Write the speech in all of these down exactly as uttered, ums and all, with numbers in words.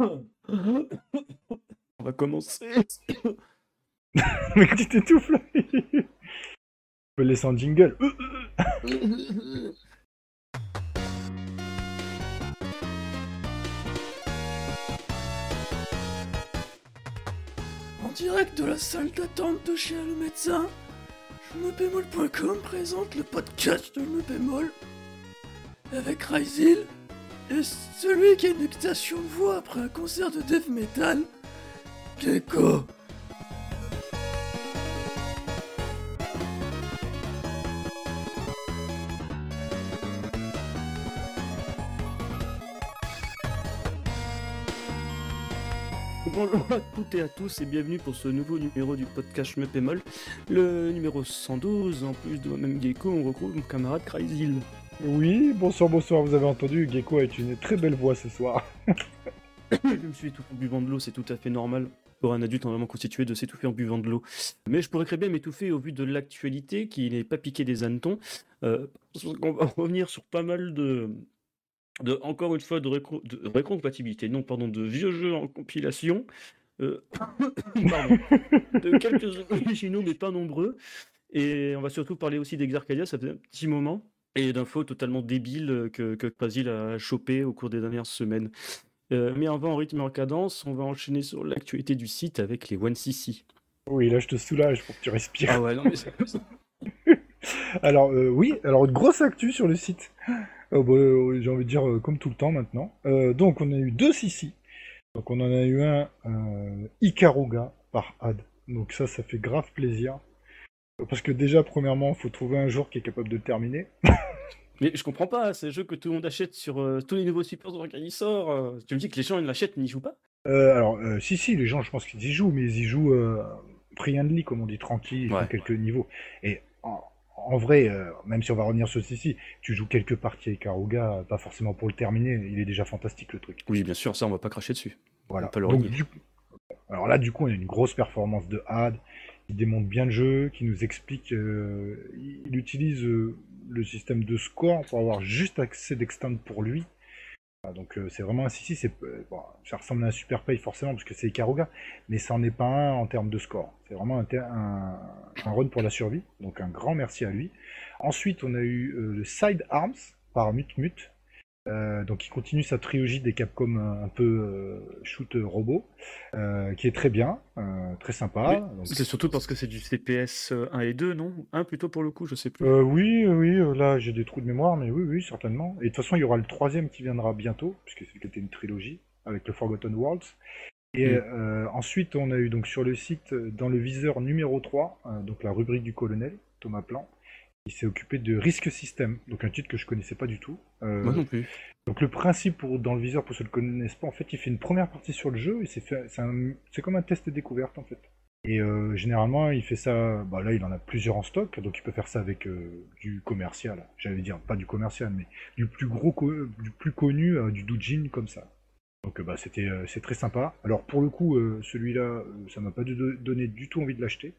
On va commencer. Mais tu t'étouffes là. Tu peux laisser en jingle. En direct de la salle d'attente de chez le médecin, je me bémol point com présente le podcast de me bémol avec Ryzil et celui qui a une excitation de voix après un concert de death metal, Gecko. Bonjour à toutes et à tous et bienvenue pour ce nouveau numéro du podcast Me Bémol, le numéro cent douze. En plus de moi-même Gecko, on retrouve mon camarade Ryzil. Oui, bonsoir, bonsoir, vous avez entendu, Gecko a une très belle voix ce soir. Je me suis étouffé en buvant de l'eau, c'est tout à fait normal pour un adulte normalement constitué de s'étouffer en buvant de l'eau. Mais je pourrais très bien m'étouffer au vu de l'actualité qui n'est pas piqué des hannetons. Euh, on va revenir sur pas mal de... De, encore une fois, de, réco- de récompatibilité, non, pardon, de vieux jeux en compilation, euh, pardon, de quelques jeux originaux, mais pas nombreux, et on va surtout parler aussi d'Exarcadia, ça fait un petit moment, et d'infos totalement débiles que, que Krasil a chopé au cours des dernières semaines. Euh, mais on va en rythme et en cadence, on va enchaîner sur l'actualité du site avec les one C C. Oui, là je te soulage pour que tu respires. Ah ouais, non mais c'est... Alors, euh, oui, alors une grosse actu sur le site. Oh, bah, euh, j'ai envie de dire euh, comme tout le temps maintenant. Euh, donc on a eu deux C C. Donc on en a eu un euh, Ikaruga par Ad. Donc ça, ça fait grave plaisir. Parce que déjà, premièrement, il faut trouver un joueur qui est capable de le terminer. Mais je comprends pas, c'est un jeu que tout le monde achète sur euh, tous les nouveaux supports quand il sort. euh, tu me dis que les gens ils l'achètent mais ils n'y jouent pas? Euh, alors, euh, si, si, les gens, je pense qu'ils y jouent, mais ils y jouent euh, friendly, comme on dit, tranquille, ils font Ouais. quelques niveaux. Et en, en vrai, euh, même si on va revenir sur ceci, tu joues quelques parties avec Ikaruga, pas forcément pour le terminer, il est déjà fantastique le truc. Oui, bien sûr, ça on va pas cracher dessus. On va Voilà. pas le Donc, renier. du coup, alors là, du coup, on a une grosse performance de Had, qui démontre bien le jeu, qui nous explique, euh, il utilise euh, le système de score pour avoir juste accès d'extend pour lui. Ah, donc euh, c'est vraiment un C C, c'est, euh, bon, ça ressemble à un super pay forcément parce que c'est Ikaruga, mais ça n'en est pas un en termes de score. C'est vraiment un, ter- un, un run pour la survie, donc un grand merci à lui. Ensuite, on a eu euh, le Side Arms par Mutmut, euh, donc il continue sa trilogie des Capcom euh, un peu euh, shoot euh, robot, euh, qui est très bien, euh, très sympa. Mais Donc, c'est surtout parce que c'est du C P S un et deux, non? un plutôt pour le coup, je sais plus. euh, oui, oui, euh, là j'ai des trous de mémoire, mais oui, oui, certainement. Et de toute façon, il y aura le troisième qui viendra bientôt, puisque c'était une trilogie avec le Forgotten Worlds. Et Mm. euh, ensuite, on a eu donc sur le site, euh, dans le viseur numéro trois, euh, donc la rubrique du colonel, Thomas Plan, qui s'est occupé de Risk System, donc un titre que je connaissais pas du tout. Euh, Moi non plus. donc le principe pour, dans le viseur, pour ceux qui ne le connaissent pas, en fait, il fait une première partie sur le jeu, et c'est, fait, c'est, un- c'est comme un test découverte en fait. Et euh, généralement, il fait ça, bah là, il en a plusieurs en stock, donc il peut faire ça avec euh, du commercial. J'allais dire, pas du commercial, mais du plus gros, co- du plus connu, euh, du doujin comme ça. Donc euh, bah, c'était euh, c'est très sympa. Alors pour le coup, euh, celui-là, euh, ça m'a pas du- donné du tout envie de l'acheter.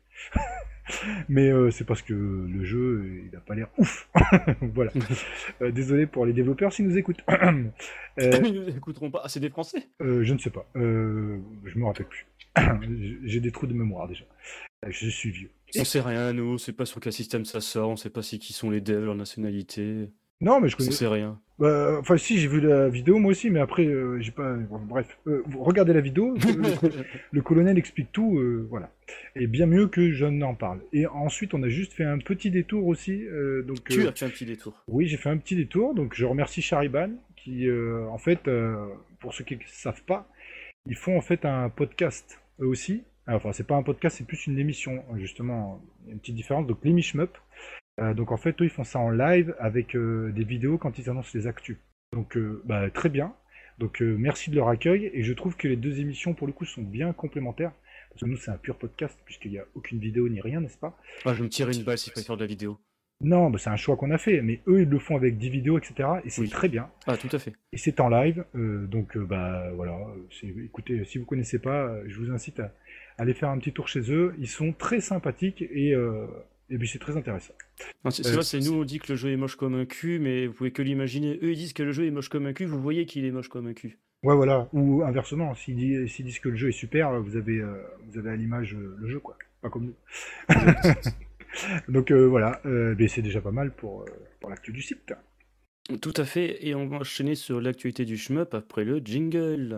Mais euh, c'est parce que le jeu, euh, il a pas l'air ouf. Voilà. Euh, désolé pour les développeurs s'ils nous écoutent. Euh, Ils nous écouteront pas. Ah, c'est des Français? euh, je ne sais pas. Euh, je me rappelle plus. J'ai des trous de mémoire déjà. Euh, Je suis vieux. On sait rien, nous, on sait pas sur quel système ça sort, on sait pas si qui sont les devs, leur nationalité. Non, mais je On connais. sait rien. Bah, enfin, si, j'ai vu la vidéo moi aussi, mais après, euh, j'ai pas. Bon, bref, Euh, vous regardez la vidéo. Le, le colonel explique tout, euh, voilà. Et bien mieux que je n'en parle. Et ensuite, on a juste fait un petit détour aussi. euh, donc, Tu euh, as fait un petit détour. oui, j'ai fait un petit détour. Donc, je remercie Chariban qui, euh, en fait, euh, pour ceux qui ne savent pas, ils font en fait un podcast eux aussi. Enfin, c'est pas un podcast, c'est plus une émission, justement. Il y a une petite différence. Donc, les Mishmup. Euh, donc en fait, eux, ils font ça en live avec euh, des vidéos quand ils annoncent les actus. Donc euh, bah, très bien. Donc euh, merci de leur accueil. Et je trouve que les deux émissions, pour le coup, sont bien complémentaires. Parce que nous, c'est un pur podcast, puisqu'il n'y a aucune vidéo ni rien, n'est-ce pas? Ah, je vais me tirer une balle si je préfère de la vidéo. Non, bah, c'est un choix qu'on a fait. Mais eux, ils le font avec des vidéos, et cetera. Et c'est Oui. très bien. Ah, tout à fait. Et c'est en live. euh, donc euh, bah voilà. C'est- écoutez, si vous connaissez pas, euh, je vous incite à, à aller faire un petit tour chez eux. Ils sont très sympathiques et, euh, et puis c'est très intéressant. Non, c'est c'est Euh, vrai, c'est nous, on dit que le jeu est moche comme un cul, mais vous pouvez que l'imaginer. Eux, ils disent que le jeu est moche comme un cul, vous voyez qu'il est moche comme un cul. Ouais, voilà. Ou inversement, s'ils disent, s'ils disent que le jeu est super, vous avez, euh, vous avez à l'image euh, le jeu, quoi. Pas comme nous. Exact. Donc euh, voilà, euh, mais c'est déjà pas mal pour, euh, pour l'actu du site. Tout à fait, et on va enchaîner sur l'actualité du shmup après le jingle.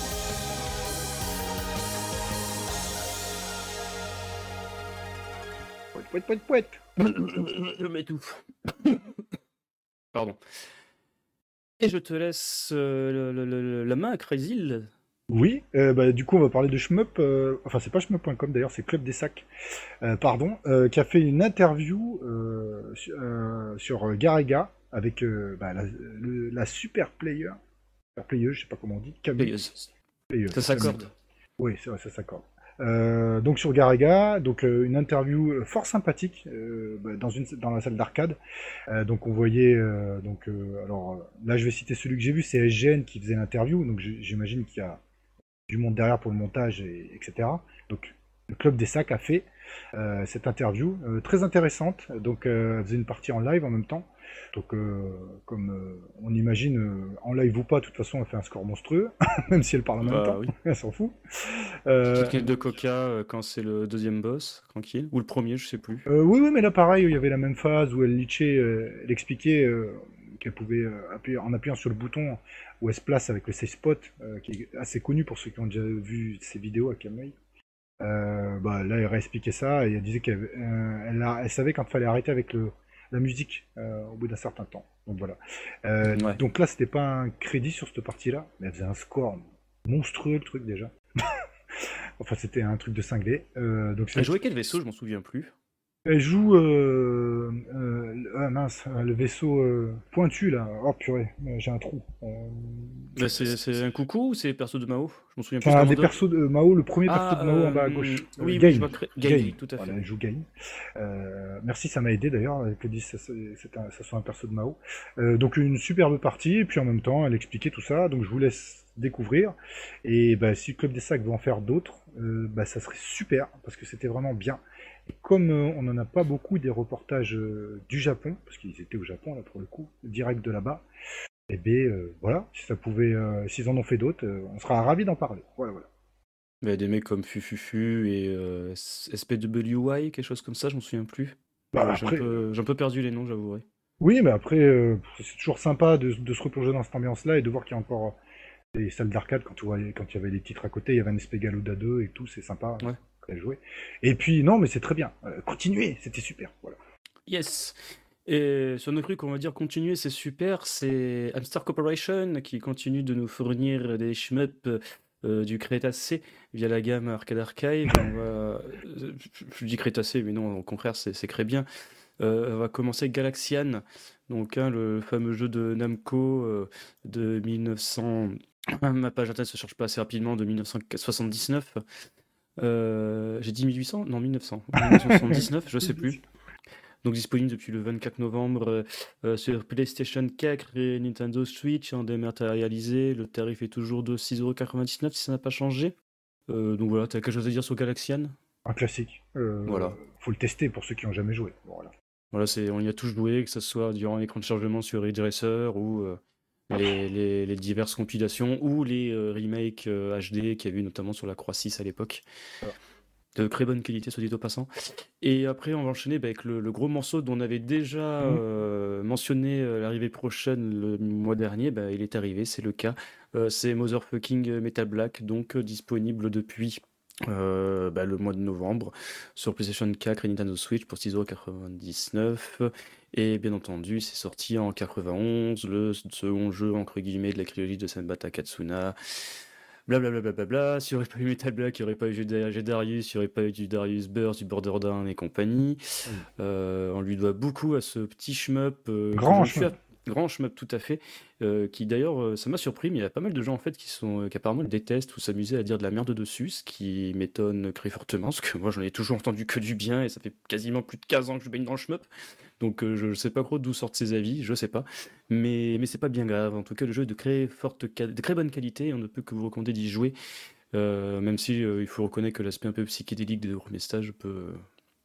Pouet, pouet, pouet, pouet. Je m'étouffe. Pardon. Et je te laisse euh, le- le- le- la main à Crazy. Oui, euh, bah, du coup on va parler de Shmup, euh, enfin c'est pas shmup point com d'ailleurs, c'est Club des Sacs, euh, pardon, euh, qui a fait une interview euh, su- euh, sur Garaga avec euh, bah, la, le- la super player, super playeuse, je sais pas comment on dit, Camille, Playeuse. playeuse, Ça Camille. s'accorde. Oui, c'est vrai, ça s'accorde. Euh, donc sur Garaga, donc euh, une interview euh, fort sympathique euh, bah, dans une dans la salle d'arcade. Euh, donc on voyait euh, donc euh, alors euh, là je vais citer celui que j'ai vu, c'est S G N qui faisait l'interview, donc j- j'imagine qu'il y a du monde derrière pour le montage, et, etc. Donc le Club des Sacs a fait euh, cette interview euh, très intéressante. Donc euh, elle faisait une partie en live en même temps. Donc euh, comme euh, on imagine, euh, en live ou pas, de toute façon elle fait un score monstrueux, même si elle parle en même Bah temps, oui. elle s'en fout. Euh, Petite canette de coca euh, quand c'est le deuxième boss, tranquille. Ou le premier, je sais plus. euh, oui, oui, mais là pareil, il y avait la même phase où elle litchait, euh, elle expliquait euh, qu'elle pouvait euh, appuyer, en appuyant sur le bouton où elle se place avec le safe spot, euh, qui est assez connu pour ceux qui ont déjà vu ces vidéos à Kamei. Euh, bah, là, elle réexpliquait ça et elle disait qu'elle euh, elle, a- elle savait quand il fallait arrêter avec le, la musique euh, au bout d'un certain temps. Donc voilà. Euh, Ouais. donc là, c'était pas un crédit sur cette partie-là, mais elle faisait un score monstrueux le truc déjà. Enfin, c'était un truc de cinglé. Euh, donc c'est Elle vrai jouait qu'il- quel vaisseau, je m'en souviens plus. elle joue euh, euh, le- ah, mince, le vaisseau euh, pointu là. Oh purée, euh, j'ai un trou. Euh, Bah, c'est c'est un coucou ou c'est perso de Mao? Je m'en souviens C'est plus, un des Commander. persos de Mao, le premier perso Ah, de Mao en bas à euh, gauche. Euh, oui, oui, je Gain. vois. Cré- Gain, Gain. oui, tout à fait. Voilà, elle joue Gain. Euh, merci, ça m'a aidé d'ailleurs euh, que dise ça, c'est- c'est un- ça soit un perso de Mao. Euh, donc une superbe partie, et puis en même temps, elle expliquait tout ça. Donc je vous laisse découvrir. Et bah, si le Club des Sacs veut en faire d'autres, euh, bah, ça serait super, parce que c'était vraiment bien. Et comme euh, on n'en a pas beaucoup des reportages euh, du Japon, parce qu'ils étaient au Japon là pour le coup, direct de là-bas, et bien euh, voilà, si ça pouvait, euh, s'ils en ont fait d'autres, euh, on sera ravis d'en parler. Voilà, voilà. Bah, des mecs comme Fufufu et euh, S P W Y, quelque chose comme ça, je m'en souviens plus. Bah, Je- J'ai un après, peu, j'ai un peu perdu les noms, j'avouerai. oui, mais après, euh, c'est toujours sympa de, de se replonger dans cette ambiance-là et de voir qu'il y a encore des salles d'arcade quand, tu vois, quand il y avait les titres à côté, il y avait un Espégaluda deux et tout, c'est sympa Ouais. à jouer. Et puis, non, mais c'est très bien. Euh, continuez, c'était super. Voilà. Yes. Et sur nos trucs, on va dire continuer, c'est super. C'est Hamster Corporation qui continue de nous fournir des shmups euh, du Crétacé via la gamme Arcade Archive. On va, euh, je dis Crétacé, mais non, au contraire, c'est c'est très bien. Euh, on va commencer avec Galaxian, donc hein, le fameux jeu de Namco euh, de mille neuf cents. Ma page internet se charge pas assez rapidement, de mille neuf cent soixante-dix-neuf. Euh, j'ai dit mille huit cents? Non, mille neuf cents. mille neuf cent soixante-dix-neuf, je sais plus. Donc disponible depuis le vingt-quatre novembre euh, euh, sur PlayStation quatre et Nintendo Switch en dématérialisé. Le tarif est toujours de six euros quatre-vingt-dix-neuf si ça n'a pas changé. Euh, donc voilà, t'as quelque chose à dire sur Galaxian? Un classique. Euh, Voilà. Faut le tester pour ceux qui n'ont jamais joué. Bon, voilà. Voilà, c'est, on y a tous joué, que ce soit durant l'écran de chargement sur Ridge Racer ou euh, les, les- les diverses compilations ou les euh, remakes euh, H D qu'il y avait eu notamment sur la Croix six à l'époque. Voilà. De très bonne qualité, soit dit au passant. Et après, on va enchaîner bah, avec le, le gros morceau dont on avait déjà Mhm. euh, mentionné euh, l'arrivée prochaine le mois dernier. Bah, il est arrivé, c'est le cas. Euh, c'est Motherfucking Metal Black, donc euh, disponible depuis euh, bah, le mois de novembre sur PlayStation quatre et Nintendo Switch pour six euros quatre-vingt-dix-neuf. Et bien entendu, c'est sorti en quatre-vingt-onze, le second jeu entre guillemets de la trilogie de Senbata Katsuna. Blablabla, bla bla bla. S'il n'y aurait pas eu Metal Black, il n'y aurait pas eu G- Darius, il n'y aurait pas eu du Darius Burst, du Borderlands et compagnie. Oui. Euh, on lui doit beaucoup à ce petit shmup euh, que Grand je me suis chemin. grand shmup tout à fait, euh, qui d'ailleurs, euh, ça m'a surpris, mais il y a pas mal de gens en fait qui sont, euh, qui apparemment le détestent ou s'amusaient à dire de la merde dessus, ce qui m'étonne très fortement, parce que moi j'en ai toujours entendu que du bien et ça fait quasiment plus de quinze ans que je baigne dans le shmup, donc euh, je, je sais pas trop d'où sortent ces avis, je sais pas, mais, mais c'est pas bien grave. En tout cas, le jeu est de très forte, quali- de très bonne qualité, et on ne peut que vous recommander d'y jouer, euh, même si euh, il faut reconnaître que l'aspect un peu psychédélique des deux premiers stages peut,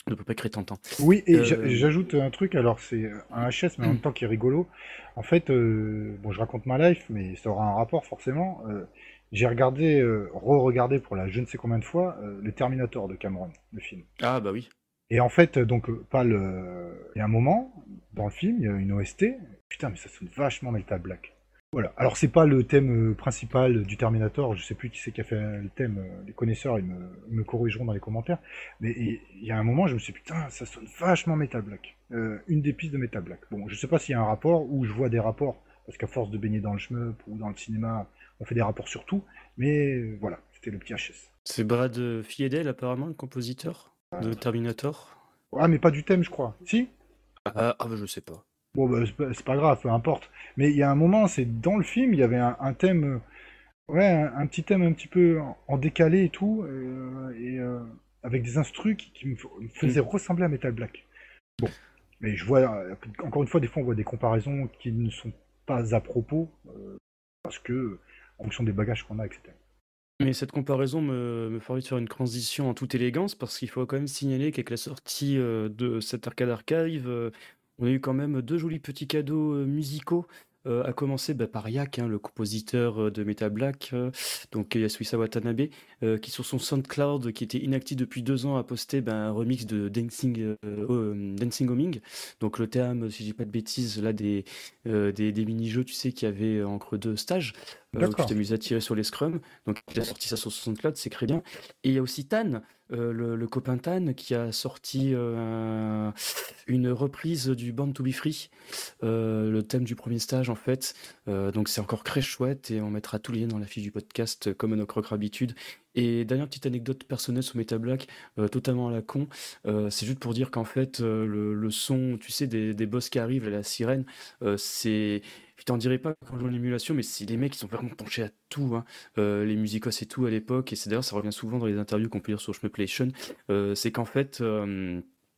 de peu près créer Tintin. Oui, et j'a- Euh, j'ajoute un truc, alors c'est un H S, mais en même temps qui est rigolo. En fait, euh, bon, je raconte ma life, mais ça aura un rapport forcément. Euh, j'ai regardé, euh, re-regardé pour la je ne sais combien de fois, euh, le Terminator de Cameron, le film. Ah bah oui. Et en fait, euh, donc, euh, pas le. Il y a un moment, dans le film, il y a une O S T. Putain, mais ça sonne vachement Metal Black. Voilà. Alors, c'est pas le thème euh, principal du Terminator. Je sais plus qui c'est qui a fait le thème. euh, Les connaisseurs, ils me, ils me corrigeront dans les commentaires. Mais il il y a un moment, je me suis dit, putain, ça sonne vachement Metal Black. Euh, une des pistes de Metal Black. Bon, je sais pas s'il y a un rapport ou je vois des rapports. Parce qu'à force de baigner dans le shmup ou dans le cinéma, on fait des rapports sur tout. Mais euh, voilà, c'était le petit H S. C'est Brad Fiedel apparemment, le compositeur de Terminator. Ah, mais pas du thème, je crois. Si? Ah, ah bah je sais pas. Bon, bah, c'est pas, c'est pas grave, peu importe. Mais il y a un moment, c'est dans le film, il y avait un, un thème, euh, ouais, un, un petit thème un petit peu en, en décalé et tout, euh, et euh, avec des instrus qui, qui me f- me Mm. faisaient ressembler à Metal Black. Bon, mais je vois, euh, encore une fois, des fois, on voit des comparaisons qui ne sont pas à propos, euh, parce que, en fonction des bagages qu'on a, et cetera. Mais cette comparaison me, me fait envie de faire une transition en toute élégance parce qu'il faut quand même signaler qu'avec la sortie euh, de cet Arcade Archive, euh, on a eu quand même deux jolis petits cadeaux euh, musicaux. Euh, à commencer bah, par Yak, hein, le compositeur euh, de Metal Black, euh, donc Yasuhisa Watanabe, euh, qui sur son SoundCloud, qui était inactif depuis deux ans, a posté bah, un remix de Dancing, euh, euh, Dancing Homing. Donc le thème, si je dis pas de bêtises, là des, euh, des, des mini-jeux, tu sais, qu'il y avait entre deux stages, euh, où tu D'accord. t'amuses à tirer sur les scrums. Donc il a sorti ça sur SoundCloud, c'est très bien. Et il y a aussi Tan, euh, le, le copain Tan, qui a sorti euh, une reprise du Born to Be Free, euh, le thème du premier stage en fait. Euh, donc c'est encore très chouette et on mettra tous les liens dans la fiche du podcast euh, comme à notre habitude. Et dernière petite anecdote personnelle sur Metal Black, euh, totalement à la con, euh, c'est juste pour dire qu'en fait euh, le, le son, tu sais, des, des boss qui arrivent, la sirène, euh, c'est... Je t'en dirais pas quand je joue en émulation, mais c'est des mecs qui sont vraiment penchés à tout, hein. Euh, les musicos et tout à l'époque, et c'est d'ailleurs ça revient souvent dans les interviews qu'on peut lire sur Shmuplation, euh, c'est qu'en fait, euh,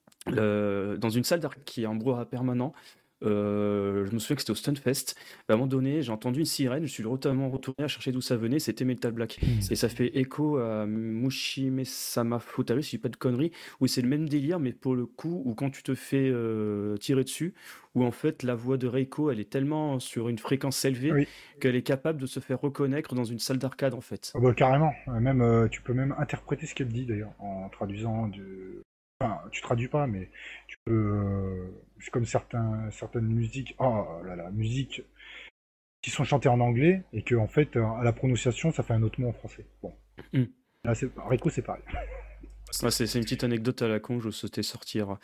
le- dans une salle d'art qui est en brouhaha permanent, euh, je me souviens que c'était au Stunfest. À un moment donné, j'ai entendu une sirène, je suis totalement retourné à chercher d'où ça venait, c'était Metal Black. Et ça fait écho à Mushime Sama Futari, si je dis pas de conneries, où c'est le même délire, mais pour le coup, où quand tu te fais euh, tirer dessus, où en fait la voix de Reiko, elle est tellement sur une fréquence élevée Oui. qu'elle est capable de se faire reconnaître dans une salle d'arcade en fait. Ah bah, carrément. Euh, Même, euh, tu peux même interpréter ce qu'elle dit d'ailleurs en traduisant du. Enfin, tu traduis pas, mais tu peux. euh, C'est comme certains, certaines musiques. Oh là là, musiques qui sont chantées en anglais et que en fait, euh, à la prononciation, ça fait un autre mot en français. Bon, Hmm. là, c'est Rico, c'est pareil. Ouais, c'est c'est une petite anecdote à la con, je souhaitais sortir.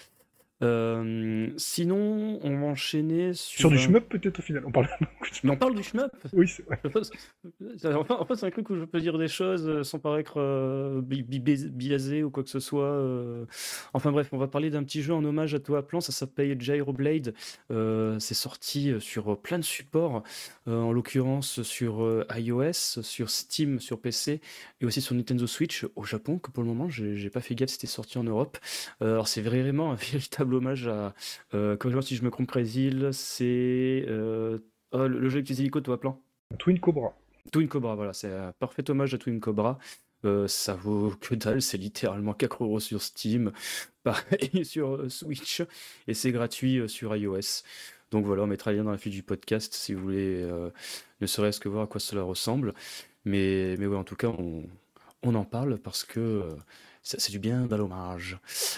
Euh, sinon, on va enchaîner Sur sur du un... shmup peut-être au final. On parle. Mais on parle du shmup. Oui, c'est vrai. Je pense- Enfin, enfin, c'est un truc où je peux dire des choses euh, sans paraître euh, bi- bi- bi- biaisé ou quoi que ce soit. euh. Enfin bref, on va parler d'un petit jeu en hommage à Toa Plan, ça s'appelle Gyroblade. Euh, c'est sorti euh, sur euh, plein de supports, euh, en l'occurrence sur euh, iOS, sur Steam, sur P C et aussi sur Nintendo Switch au Japon, que pour le moment, j'ai j'ai pas fait gaffe, c'était sorti en Europe. Euh, alors c'est vraiment un véritable hommage à, euh, comme je vois si je me trompe, Brésil, c'est euh, oh, le, le jeu avec les hélicos Toa Plan. Twin Cobra. Twin Cobra, voilà, c'est un parfait hommage à Twin Cobra. Euh, ça vaut que dalle, c'est littéralement quatre euros sur Steam, pareil sur euh, Switch, et c'est gratuit euh, sur iOS. Donc voilà, on mettra le lien dans la fiche du podcast si vous voulez euh, ne serait-ce que voir à quoi cela ressemble. Mais, mais ouais, en tout cas, on, on en parle parce que euh, ça- c'est du bien bel hommage.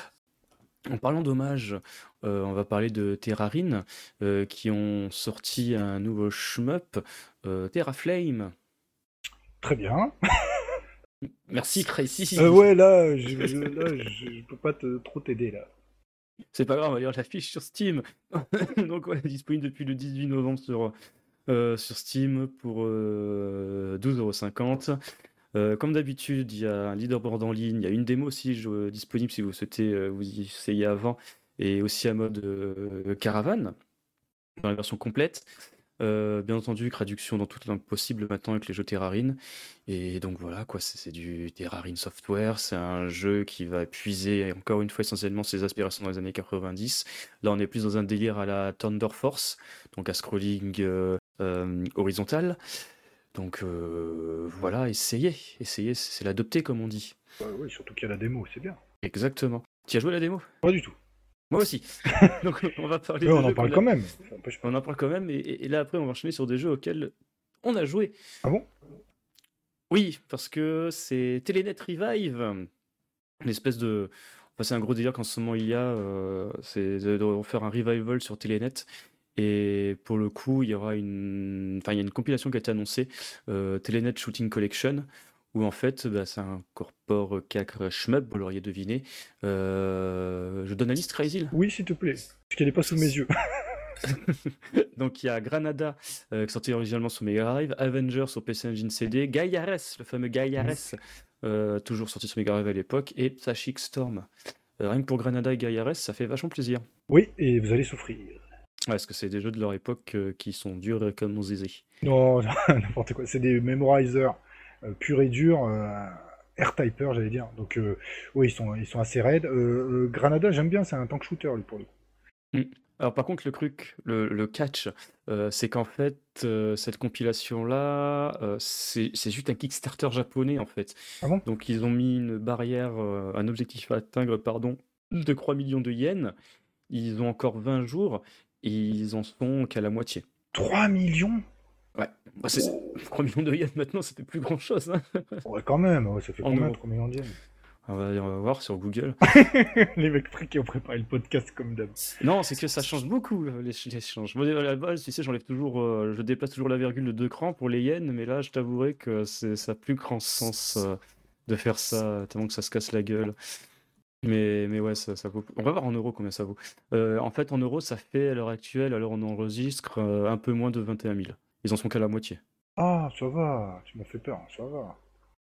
En parlant d'hommage, euh, on va parler de Terrarine, euh, qui ont sorti un nouveau shmup, euh, Terraflame. Très bien. Merci Euh, Crazy. ouais, là, je, je- là, je, je peux pas te, trop t'aider là. C'est pas grave, on va lire l'affiche sur Steam. Donc voilà, disponible depuis le dix-huit novembre sur, euh, sur Steam pour euh, douze euros cinquante. Euh, comme d'habitude, il y a un leaderboard en ligne, il y a une démo aussi je- disponible si vous souhaitez euh, vous y essayer avant, et aussi un mode euh, caravane dans la version complète. Euh, bien entendu, traduction dans toute langue possible maintenant avec les jeux Terrarine. Et donc voilà, quoi, c'est c'est du Terrarine Software. C'est un jeu qui va puiser, encore une fois, essentiellement ses aspirations dans les années quatre-vingt-dix. Là, on est plus dans un délire à la Thunder Force, donc à scrolling euh, euh, horizontal. Donc euh, voilà, essayez, essayez, c'est l'adopter comme on dit. Bah, oui, surtout qu'il y a la démo, c'est bien. Exactement. Tu as joué à la démo? Pas du tout. Moi aussi. Donc on va parler Mais des on en jeux parle qu'on a- quand même. Ça empêche pas. On en parle quand même, et, et- et là après on va enchaîner sur des jeux auxquels on a joué. Ah bon? Oui, parce que c'est Telenet Revive, une espèce de... Enfin, c'est un gros délire qu'en ce moment il y a, euh, c'est de, de faire un revival sur Telenet. Et pour le coup, il y aura une, enfin, il y a une compilation qui a été annoncée, euh, Telenet Shooting Collection, où en fait, bah, ça incorpore quatre shmup, vous l'auriez deviné. Euh, je donne la liste, Crazy. Oui, s'il te plaît. Parce qu'elle est pas sous mes yeux. Donc il y a Granada, euh, qui est sorti originalement sur Mega Drive, Avengers sur P C Engine C D, Gaia-Res, le fameux Gaia-Res, euh, toujours sorti sur Mega Drive à l'époque, et Psychic Storm. Euh, rien que pour Granada et Gaia-Res, ça fait vachement plaisir. Oui, et vous allez souffrir. Ouais, parce que c'est des jeux de leur époque euh, qui sont durs et comme on disait. Non, n'importe quoi. C'est des memorizers euh, purs et durs, euh, R-Typer, j'allais dire. Donc, euh, oui, ils sont, ils sont assez raides. Euh, euh, Granada, j'aime bien, c'est un tank shooter, lui, pour le coup. Mm. Alors par contre, le truc, le, le catch, euh, c'est qu'en fait, euh, cette compilation-là, euh, c'est c'est juste un Kickstarter japonais, en fait. Ah bon? Donc ils ont mis une barrière, euh, un objectif à atteindre, pardon, de trois millions de yens. Ils ont encore vingt jours, et ils en sont qu'à la moitié. trois millions? Ouais, bah, c'est trois millions de yens maintenant, ça fait plus grand-chose, hein. Ouais, quand même. Ouais, ça fait En combien, euros. trois millions de yens? On va, on va voir sur Google. Les mecs frais qui ont préparé le podcast comme d'hab. Non, c'est que ça change beaucoup, euh, les, les changes. Moi, à la base, tu sais, j'enlève toujours, euh, je déplace toujours la virgule de deux crans pour les yens, mais là, je t'avouerai que c'est, ça n'a plus grand sens euh, de faire ça, tellement que ça se casse la gueule. Mais, mais ouais, ça, ça vaut. On va voir en euros combien ça vaut. Euh, en fait, en euros, ça fait à l'heure actuelle, à l'heure où on enregistre, euh, un peu moins de vingt et un mille. Ils en sont qu'à la moitié. Ah, ça va. Tu m'as fait peur, ça va.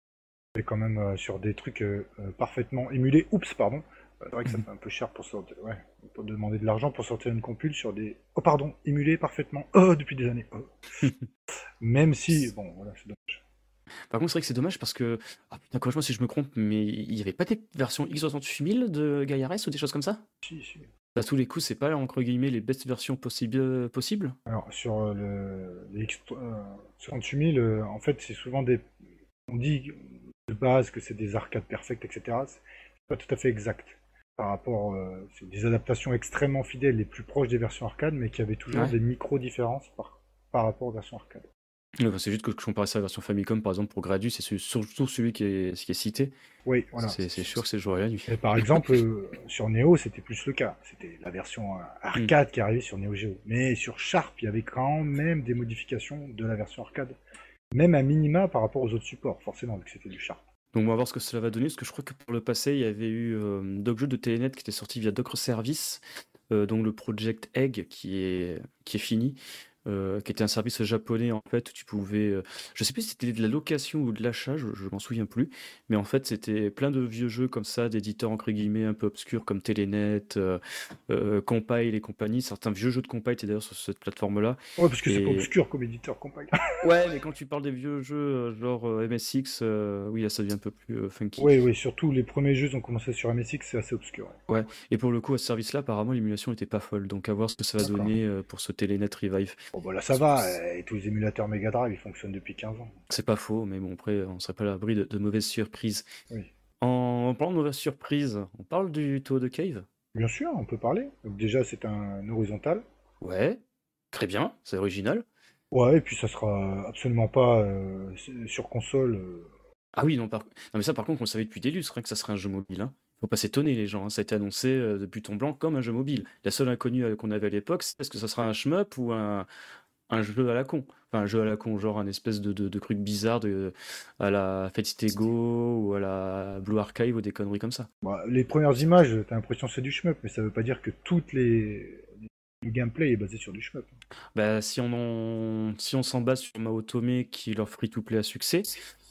Et quand même euh, sur des trucs euh, euh, parfaitement émulés. Oups, pardon. Euh, C'est vrai que ça fait un peu cher pour sortir. Ouais, pour demander de l'argent pour sortir une compule sur des. Oh, pardon, émulés parfaitement. Oh, depuis des années. Oh. Même si, bon, voilà, c'est dommage. Par contre, c'est vrai que c'est dommage parce que. Ah putain, corrige-moi si je me trompe, mais il n'y avait pas des versions X soixante-huit mille de Gaia-Res ou des choses comme ça? Si, si. À tous les coups, c'est pas entre guillemets les best versions possibles possibles. Alors, sur euh, le, les X soixante-huit mille, euh, en fait, c'est souvent des. On dit de base que c'est des arcades perfectes, et cetera. C'est pas tout à fait exact. Par rapport. Euh, c'est des adaptations extrêmement fidèles, les plus proches des versions arcade, mais qui avaient toujours Ouais. des micro-différences par, par rapport aux versions arcade. Ouais, bah, c'est juste que je comparais ça à la version Famicom, par exemple, pour Gradius, c'est celui- surtout celui qui est, qui est cité. Oui, voilà. C'est c'est sûr que c'est le jour et la nuit. Et par exemple, euh, sur Neo, c'était plus le cas. C'était la version euh, arcade qui arrivait sur Neo Geo. Mais sur Sharp, il y avait quand même des modifications de la version arcade. Même à minima par rapport aux autres supports, forcément, vu que c'était du Sharp. Donc on va voir ce que cela va donner, parce que je crois que pour le passé, il y avait eu euh, Doc Jeux de Telenet qui était sorti via Doc Service, euh, donc le Project Egg qui est, qui est fini, euh, qui était un service japonais en fait où tu pouvais, euh, je sais plus si c'était de la location ou de l'achat, je, je m'en souviens plus, mais en fait c'était plein de vieux jeux comme ça, d'éditeurs entre guillemets un peu obscurs comme Telenet, euh, euh, Compile et compagnie. Certains vieux jeux de Compile étaient d'ailleurs sur cette plateforme-là. Ouais, parce que c'est pas Et obscur comme éditeur compile. ouais, mais quand tu parles des vieux jeux euh, genre euh, M S X, euh, oui là ça devient un peu plus euh, funky. Oui, oui, surtout les premiers jeux ont commencé sur M S X, c'est assez obscur. Ouais. Ouais, et pour le coup, à ce service-là, apparemment, l'émulation n'était pas folle. Donc, à voir ce que ça va D'accord. donner euh, pour ce Telenet Revive. Bon, bah là, ça va. euh, Et tous les émulateurs Mega Drive, ils fonctionnent depuis quinze ans. C'est pas faux, mais bon, après, on serait pas à l'abri de, de mauvaises surprises. Oui. En parlant de mauvaises surprises, on parle du Tour de Cave? Bien sûr, on peut parler. Donc déjà, c'est un horizontal. Ouais, très bien, c'est original. Ouais, et puis ça sera absolument pas euh, sur console. euh, Ah oui, non, par... non, mais ça, par contre, on le savait depuis des lustres, hein, que ça serait un jeu mobile. Hein. Faut pas s'étonner, les gens. Hein. Ça a été annoncé euh, de but en blanc comme un jeu mobile. La seule inconnue euh, qu'on avait à l'époque, c'est est-ce que ça sera un shmup ou un, un jeu à la con. Enfin, un jeu à la con, genre un espèce de, de, de truc bizarre de, à la Fate Go ou à la Blue Archive ou des conneries comme ça. Bah, les premières images, t'as l'impression que c'est du shmup, mais ça veut pas dire que toutes les le gameplay est basé sur du shmup. Bah, si on en... si on s'en base sur Maotome qui est leur free-to-play à succès,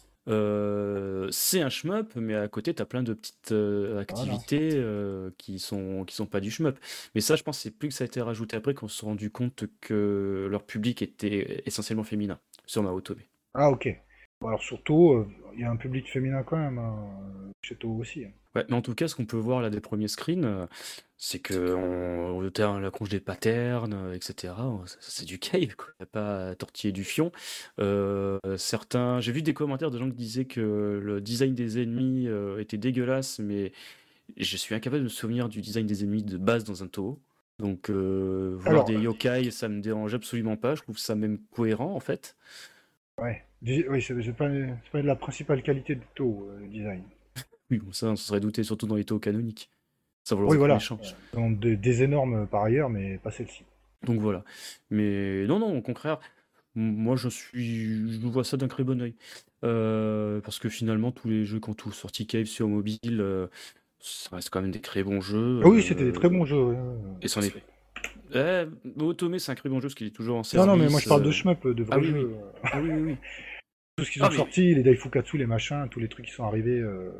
euh, c'est un shmup, mais à côté, tu as plein de petites euh, Voilà. activités euh, qui sont, qui sont pas du shmup. Mais ça, je pense que c'est plus que ça a été rajouté après qu'on se soit rendu compte que leur public était essentiellement féminin sur Maotome. Ah, ok. Bon, alors surtout, euh, il y a un public féminin quand même, hein, chez Toho aussi. Hein. Ouais, mais en tout cas, ce qu'on peut voir là des premiers screens, euh, c'est que on, on terme la conche des patterns, euh, et cetera. on- C'est c'est du cave, quoi. Y a pas à tortiller du fion. Euh, certains, j'ai vu des commentaires de gens qui disaient que le design des ennemis euh, était dégueulasse, mais je suis incapable de me souvenir du design des ennemis de base dans un Toho. Donc, euh, voir Alors, des yokai, ça me dérange absolument pas. Je trouve ça même cohérent, en fait. ouais, Dis- oui, c'est c'est pas, c'est pas la principale qualité de Toho, euh, le design. Oui, bon, ça, on se serait douté, surtout dans les Toho canoniques. Sans vouloir Oui, être voilà. méchant. Ils ont des, des énormes euh, par ailleurs, mais pas celle-ci. Donc voilà. Mais non, non, au contraire, m- moi je suis, je vois ça d'un très bon œil. Euh, parce que finalement, tous les jeux qui ont tous sorti Cave sur mobile, euh, ça reste quand même des très bons jeux. Ah oui, c'était des très euh, bons jeux. Ouais, ouais, ouais. et c'en est. Eh, Otome, c'est un très bon jeu parce qu'il est toujours en Non, non, mais moi service. je parle de euh. shmup, de Ah vrais oui, oui. jeux. Ah oui, oui, oui. Tout ce qu'ils Ah ont mais, sorti, les Daifukatsu, les machins, tous les trucs qui sont arrivés euh,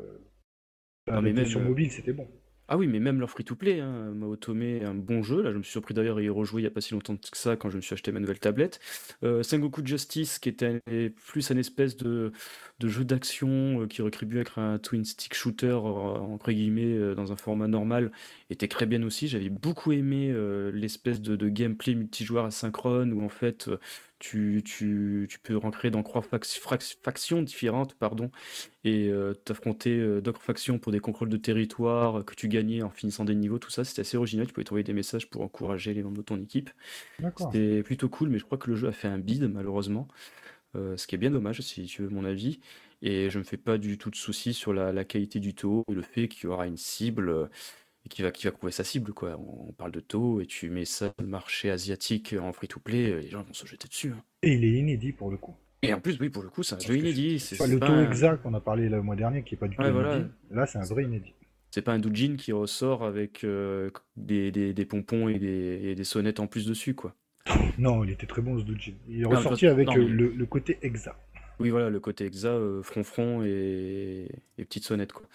ah, mais adaptés même. sur euh, mobile, c'était bon. Ah oui, mais même leur free-to-play, hein, Otome est un bon jeu. Là, je me suis surpris d'ailleurs à y rejouer il n'y a pas si longtemps que ça quand je me suis acheté ma nouvelle tablette. Euh, Sengoku Justice, qui était un- plus un espèce de, de jeu d'action euh, qui aurait pu être un twin stick shooter, euh, entre guillemets, euh, dans un format normal, était très bien aussi. J'avais beaucoup aimé euh, l'espèce de, de gameplay multijoueur asynchrone où en fait euh, tu, tu, tu peux rentrer dans trois fac- frac- factions différentes, pardon, et euh, t'affronter euh, d'autres factions pour des contrôles de territoire euh, que tu gagnais en finissant des niveaux, tout ça, c'était assez original. Tu pouvais trouver des messages pour encourager les membres de ton équipe. D'accord. C'était plutôt cool, mais je crois que le jeu a fait un bide, malheureusement, euh, ce qui est bien dommage, si tu veux mon avis. Et je me fais pas du tout de soucis sur la, la qualité du Toho et le fait qu'il y aura une cible euh, et qui va, qui va trouver sa cible, quoi. On, on parle de Toho et tu mets ça sur le marché asiatique en free-to-play, euh, les gens vont se jeter dessus, hein. Et il est inédit pour le coup. Et en plus, oui, pour le coup, c'est un jeu Parce que c'est- inédit. C'est tu vois, c'est le pas taux un... exact, on a parlé le mois dernier, qui est pas du tout Ouais, voilà. inédit. Là, c'est un vrai inédit. C'est pas un doujin qui ressort avec euh, des, des, des pompons et des, et des sonnettes en plus dessus, quoi. Non, il était très bon ce Doujin. Il est Ah, mais ressorti parce- avec non, euh, mais le, le côté exact. oui, voilà, le côté exa, euh, front-front et, et petite sonnette, quoi.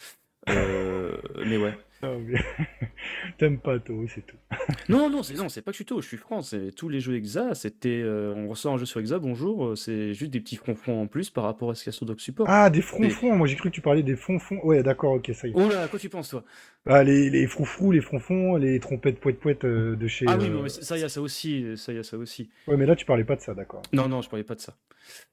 Euh, mais ouais. Ah, mais- T'aimes pas Toho, c'est tout. Non, non, c'est non, c'est pas que je suis tôt, je suis franc. C'est tous les jeux exa, c'était, euh, on ressort un jeu sur exa, bonjour, euh, c'est juste des petits front-front en plus par rapport à ce qu'il y a sur Doc Support. Ah, des Et- fronfons. Moi, j'ai cru que tu parlais des fonfons. Ouais, d'accord, ok, ça y est. Oh là, à quoi tu penses, toi? Ah, les, les froufrous, les fronfons, les trompettes poète-poète euh, de chez. Ah oui, bon, euh, mais ça, il y a ça aussi, ça, il y a ça aussi. Ouais, mais là, tu parlais pas de ça, d'accord. Non, non, je parlais pas de ça.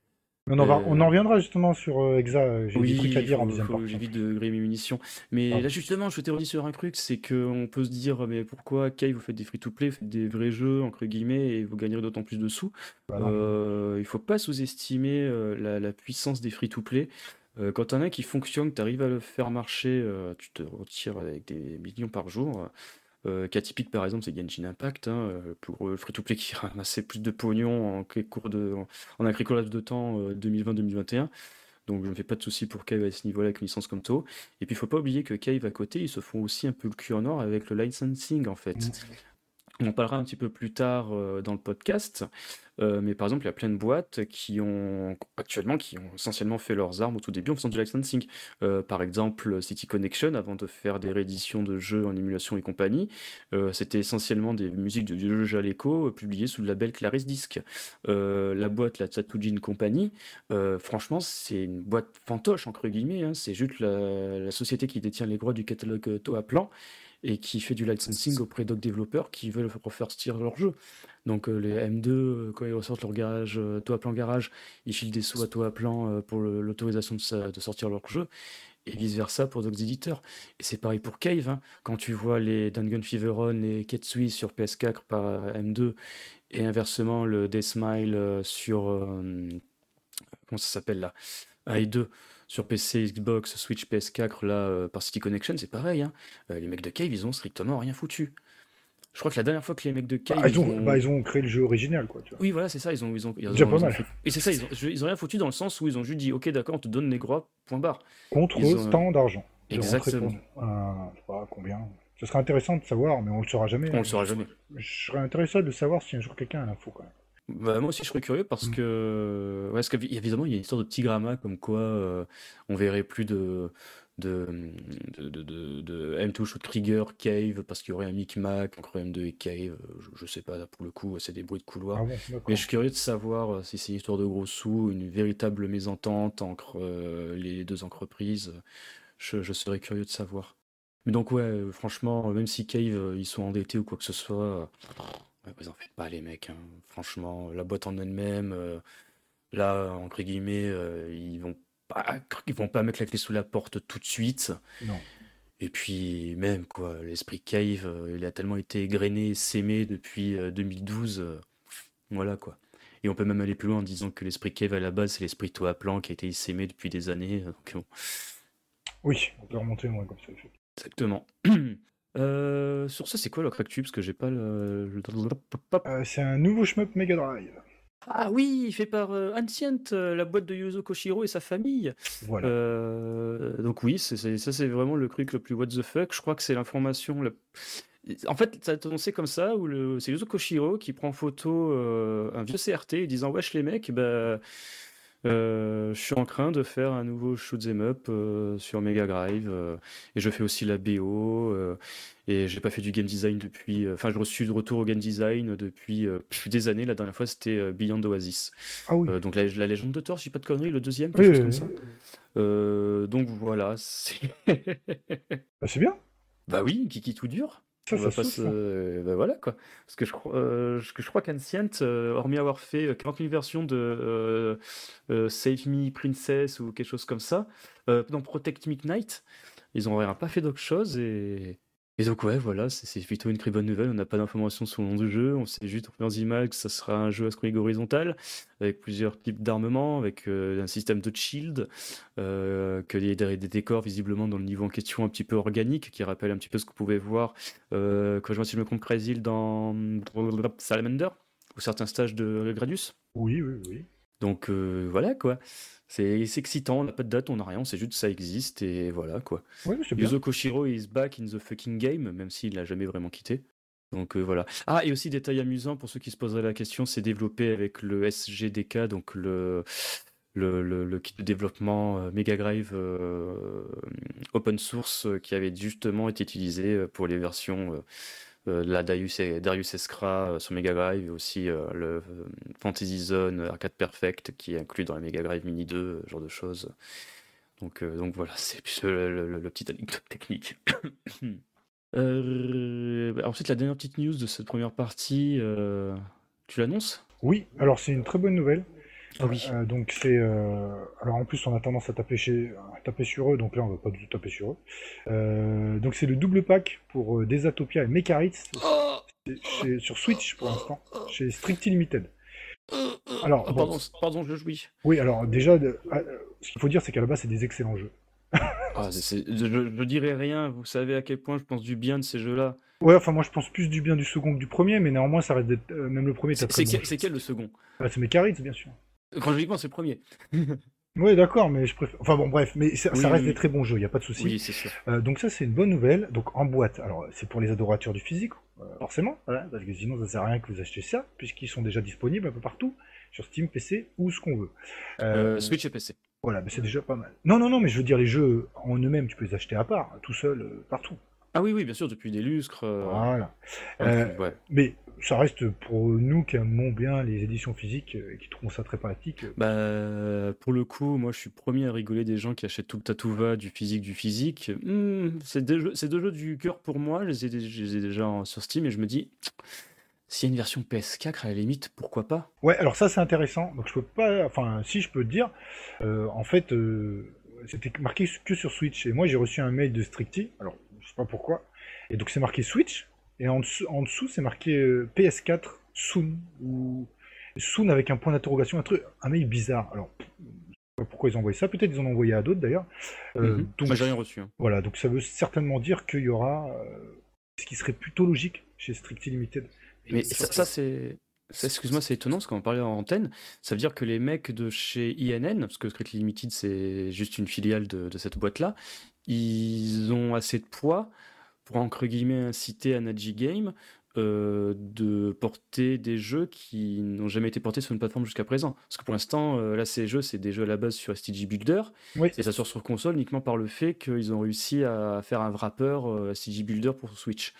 On en, va, on Euh, en reviendra justement sur euh, Exa. euh, J'ai des trucs à Oui, dire en faut, deuxième faut que partie. j'évite de griller mes munitions. Mais Ah, là, justement, je t'ai redit sur un truc, c'est qu'on peut se dire, mais pourquoi, Kay, vous faites des free-to-play, vous faites des vrais jeux, entre guillemets, et vous gagnerez d'autant plus de sous. bah non. Euh, il faut pas sous-estimer euh, la, la puissance des free-to-play. Euh, quand t'en as un qui fonctionne, tu arrives à le faire marcher, euh, tu te retires avec des millions par jour. Euh, cas typique, par exemple, c'est Genshin Impact, hein, euh, pour le free-to-play qui ramassait plus de pognon en, cours de, en un très laps de temps euh, deux mille vingt deux mille vingt et un. Donc je ne me fais pas de soucis pour Cave à ce niveau-là avec une licence comme Toho. Et puis il faut pas oublier que Cave à côté, ils se font aussi un peu le cul en or avec le licensing en fait. Mm. On en parlera un petit peu plus tard euh, dans le podcast, euh, mais par exemple, il y a plein de boîtes qui ont actuellement qui ont essentiellement fait leurs armes au tout début en faisant du licensing. Euh, par exemple, City Connection, avant de faire des rééditions de jeux en émulation et compagnie, euh, c'était essentiellement des musiques de vieux jeux Jaleco euh, publiées sous le label Claris Disc. Euh, la boîte, la Tsatujin Company, euh, franchement, c'est une boîte fantoche, entre guillemets, hein. C'est juste la, la société qui détient les droits du catalogue euh, Toa Plan et qui fait du licensing auprès d'autres développeurs qui veulent refaire sortir leur jeu. Donc euh, les M deux, euh, quand ils ressortent leur garage, euh, Toa Plan Garage, ils filent des sous à Toa Plan euh, pour le- l'autorisation de, sa- de sortir leur jeu, et vice-versa pour d'autres éditeurs. Et c'est pareil pour Cave, hein. Quand tu vois les Dangan Feveron et Ketsui sur P S quatre par M deux, et inversement le Deathmile euh, sur... euh, comment ça s'appelle là? I deux sur P C, Xbox, Switch, P S quatre, là, euh, par City Connection, c'est pareil, hein. Euh, les mecs de Cave, ils ont strictement rien foutu. Je crois que la dernière fois que les mecs de Cave, Bah, ils ils ont, bah, ont... ils ont créé le jeu original, quoi. Tu vois. Oui, voilà, c'est ça, ils ont, ils ont, ils Déjà ont, pas ils ont mal. fait... Et c'est ça, ils ont, je- ils ont rien foutu dans le sens où ils ont juste dit, ok, d'accord, on te donne les droits, point barre. Contre Ils ont... tant d'argent de rentrer pour Exactement. nous. Un- je sais pas combien. Ce serait intéressant de savoir, mais on le saura jamais. On le saura jamais. Je serais intéressé de savoir si un jour quelqu'un a l'info, quand même. Bah, moi aussi, je serais curieux parce Mm. que, ouais, parce qu'évidemment, il y a une histoire de petit gramma comme quoi euh, on verrait plus de, de, de, de, de, de M deux Shoot Trigger, Cave, parce qu'il y aurait un micmac entre M deux et Cave. Je, je sais pas, là, pour le coup, c'est des bruits de couloir. Ah bon, Mais d'accord. je suis curieux de savoir euh, si c'est une histoire de gros sous, une véritable mésentente entre euh, les deux entreprises. Je, je serais curieux de savoir. Mais donc, ouais, euh, franchement, euh, même si Cave, euh, ils sont endettés ou quoi que ce soit, euh, ouais, vous en faites pas, les mecs, hein. Franchement, la boîte en elle-même, euh, là, entre guillemets, euh, ils vont pas, ils vont pas mettre la clé sous la porte tout de suite. Non. Et puis même quoi, l'esprit cave, euh, il a tellement été égrené, sémé depuis euh, deux mille douze, euh, voilà quoi. Et on peut même aller plus loin en disant que l'esprit cave à la base, c'est l'esprit toit plan qui a été sémé depuis des années. euh, Donc bon, Oui, on peut remonter loin comme ça. effectivement. exactement. Euh, sur ça, c'est quoi leur actu? Parce que j'ai pas le. le- Euh, c'est un nouveau shmup Mega Drive. Ah oui, fait par euh, Ancient, euh, la boîte de Yuzo Koshiro et sa famille. Voilà. Euh, donc oui, c'est, c'est- ça c'est vraiment le truc le plus what the fuck. Je crois que c'est l'information. la- En fait, ça a été annoncé comme ça, où le... c'est Yuzo Koshiro qui prend en photo euh, un vieux C R T disant wesh les mecs, bah, euh, je suis en train de faire un nouveau shoot 'em up euh, sur Mega Drive euh, et je fais aussi la B O euh, et j'ai pas fait du game design depuis. euh, Enfin, je suis de retour au game design depuis euh, depuis des années. La dernière fois, c'était euh, Beyond Oasis. Ah oui. Euh, donc la, la légende de Thor, si je dis pas de conneries, le deuxième, quelque Oui, chose oui, comme oui. ça. Euh, donc voilà, c'est Bah, c'est bien. bah oui, Kiki tout dur. Ça, On ça va pas se. souffle. euh, Bah voilà quoi. Parce que je crois, euh, je- que je crois qu'Ancient, euh, hormis avoir fait euh, quarante mille versions de euh, euh, Save Me Princess ou quelque chose comme ça, euh, dans Protect Midnight, ils ont rien pas fait d'autre chose et. Et donc ouais, voilà, c'est c'est plutôt une très bonne nouvelle. On n'a pas d'informations sur le nom du jeu, on sait juste en premières images que ça sera un jeu à scrolling horizontal, avec plusieurs types d'armements, avec euh, un système de shield, euh, qu'il y ait des, des décors visiblement dans le niveau en question un petit peu organique, qui rappelle un petit peu ce que vous pouvez voir euh, quand je vois si je me trompe Crazy dans Salamander, ou certains stages de Gradius. Oui, oui, oui. Donc euh, voilà quoi, c'est c'est excitant, on n'a pas de date, on n'a rien, on sait juste que ça existe et voilà quoi. Oui, c'est bien. Yuzo Koshiro is back in the fucking game, même s'il l'a jamais vraiment quitté. Donc euh, voilà. Ah, et aussi détail amusant pour ceux qui se poseraient la question, c'est développé avec le S G D K, donc le, le, le, le kit de développement euh, Mega Drive euh, open source euh, qui avait justement été utilisé euh, pour les versions euh, euh, de la Darius, et- Darius Escra euh, sur Mega Drive et aussi euh, le euh, Fantasy Zone Arcade Perfect qui est inclus dans la Mega Drive Mini deux, euh, ce genre de choses. Donc, euh, donc voilà, c'est plus le, le, le- le petit anecdote technique. Euh, bah, ensuite, la dernière petite news de cette première partie, euh, tu l'annonces? Oui, alors c'est une très bonne nouvelle. Ah oui. Euh, donc c'est euh, alors en plus on a tendance à taper chez à taper sur eux, donc là on va pas du tout taper sur eux. Euh, donc c'est le double pack pour euh, Desatopia et Mekaritz Oh, c'est chez- sur Switch pour l'instant, chez Strictly Limited. euh, euh. Alors Ah, bon, pardon, pardon, je jouis. oui, alors déjà de- ah, euh, ce qu'il faut dire c'est qu'à la base c'est des excellents jeux. Ah, c'est- c'est- je, je dirais rien, vous savez à quel point je pense du bien de ces jeux-là. Ouais, enfin moi je pense plus du bien du second que du premier, mais néanmoins ça reste d'être- euh, même le premier est un C'est très c'est bon quel, jeu. c'est quel le second? Ah, c'est Mekaritz bien sûr. Chronologiquement, c'est le premier. Oui, d'accord, mais je préfère. Enfin bon, bref, mais ça, Oui, ça oui, reste des oui. très bons jeux, il y a pas de souci. Oui, c'est sûr. Euh, donc ça c'est une bonne nouvelle. Donc en boîte, alors c'est pour les adorateurs du physique, euh, forcément, voilà, parce que sinon ça sert à rien que vous achetez ça, puisqu'ils sont déjà disponibles un peu partout, sur Steam, P C, ou ce qu'on veut. Euh, Euh, Switch et P C. voilà, mais c'est déjà pas mal. Non, non, non, mais je veux dire les jeux en eux-mêmes, tu peux les acheter à part, tout seul, euh, partout. Ah oui, oui, bien sûr, depuis des lustres. euh, Voilà. un Euh, peu, ouais. mais ça reste pour nous qui aimons bien les éditions physiques euh, et qui trouvent ça très pratique. euh, Bah, pour le coup, moi je suis premier à rigoler des gens qui achètent tout le tatouva, du physique, du physique. Hmm, c'est deux jeux, c'est deux jeux du cœur pour moi, je les ai, dé- je les ai déjà en- sur Steam et je me dis, s'il y a une version P S quatre, à la limite, pourquoi pas? Ouais, alors ça c'est intéressant. Donc je peux pas, enfin si je peux te dire, euh, en fait euh, c'était marqué que sur Switch et moi j'ai reçu un mail de Strictly, alors je sais pas pourquoi, et donc c'est marqué Switch et en dessous, en dessous c'est marqué euh, P S quatre Soon ou Soon avec un point d'interrogation, un truc, un mail bizarre. Alors je sais pas pourquoi ils ont envoyé ça, peut-être ils en ont envoyé à d'autres d'ailleurs. Euh, Mhm. donc Moi j'ai rien reçu, hein. voilà, donc ça veut certainement dire qu'il y aura euh, ce qui serait plutôt logique chez Strictly Limited. Mais Euh, ça, sur- ça, c'est. ça, excuse-moi, c'est étonnant parce qu'on en parlait en antenne. Ça veut dire que les mecs de chez I N N, parce que Strictly Limited c'est juste une filiale de, de cette boîte-là, ils ont assez de poids pour entre guillemets inciter à Naji Game euh, de porter des jeux qui n'ont jamais été portés sur une plateforme jusqu'à présent. Parce que pour l'instant, euh, là, ces jeux, c'est des jeux à la base sur S T G Builder, Oui, et ça sort sur console uniquement par le fait qu'ils ont réussi à faire un wrapper euh, S T G Builder pour Switch.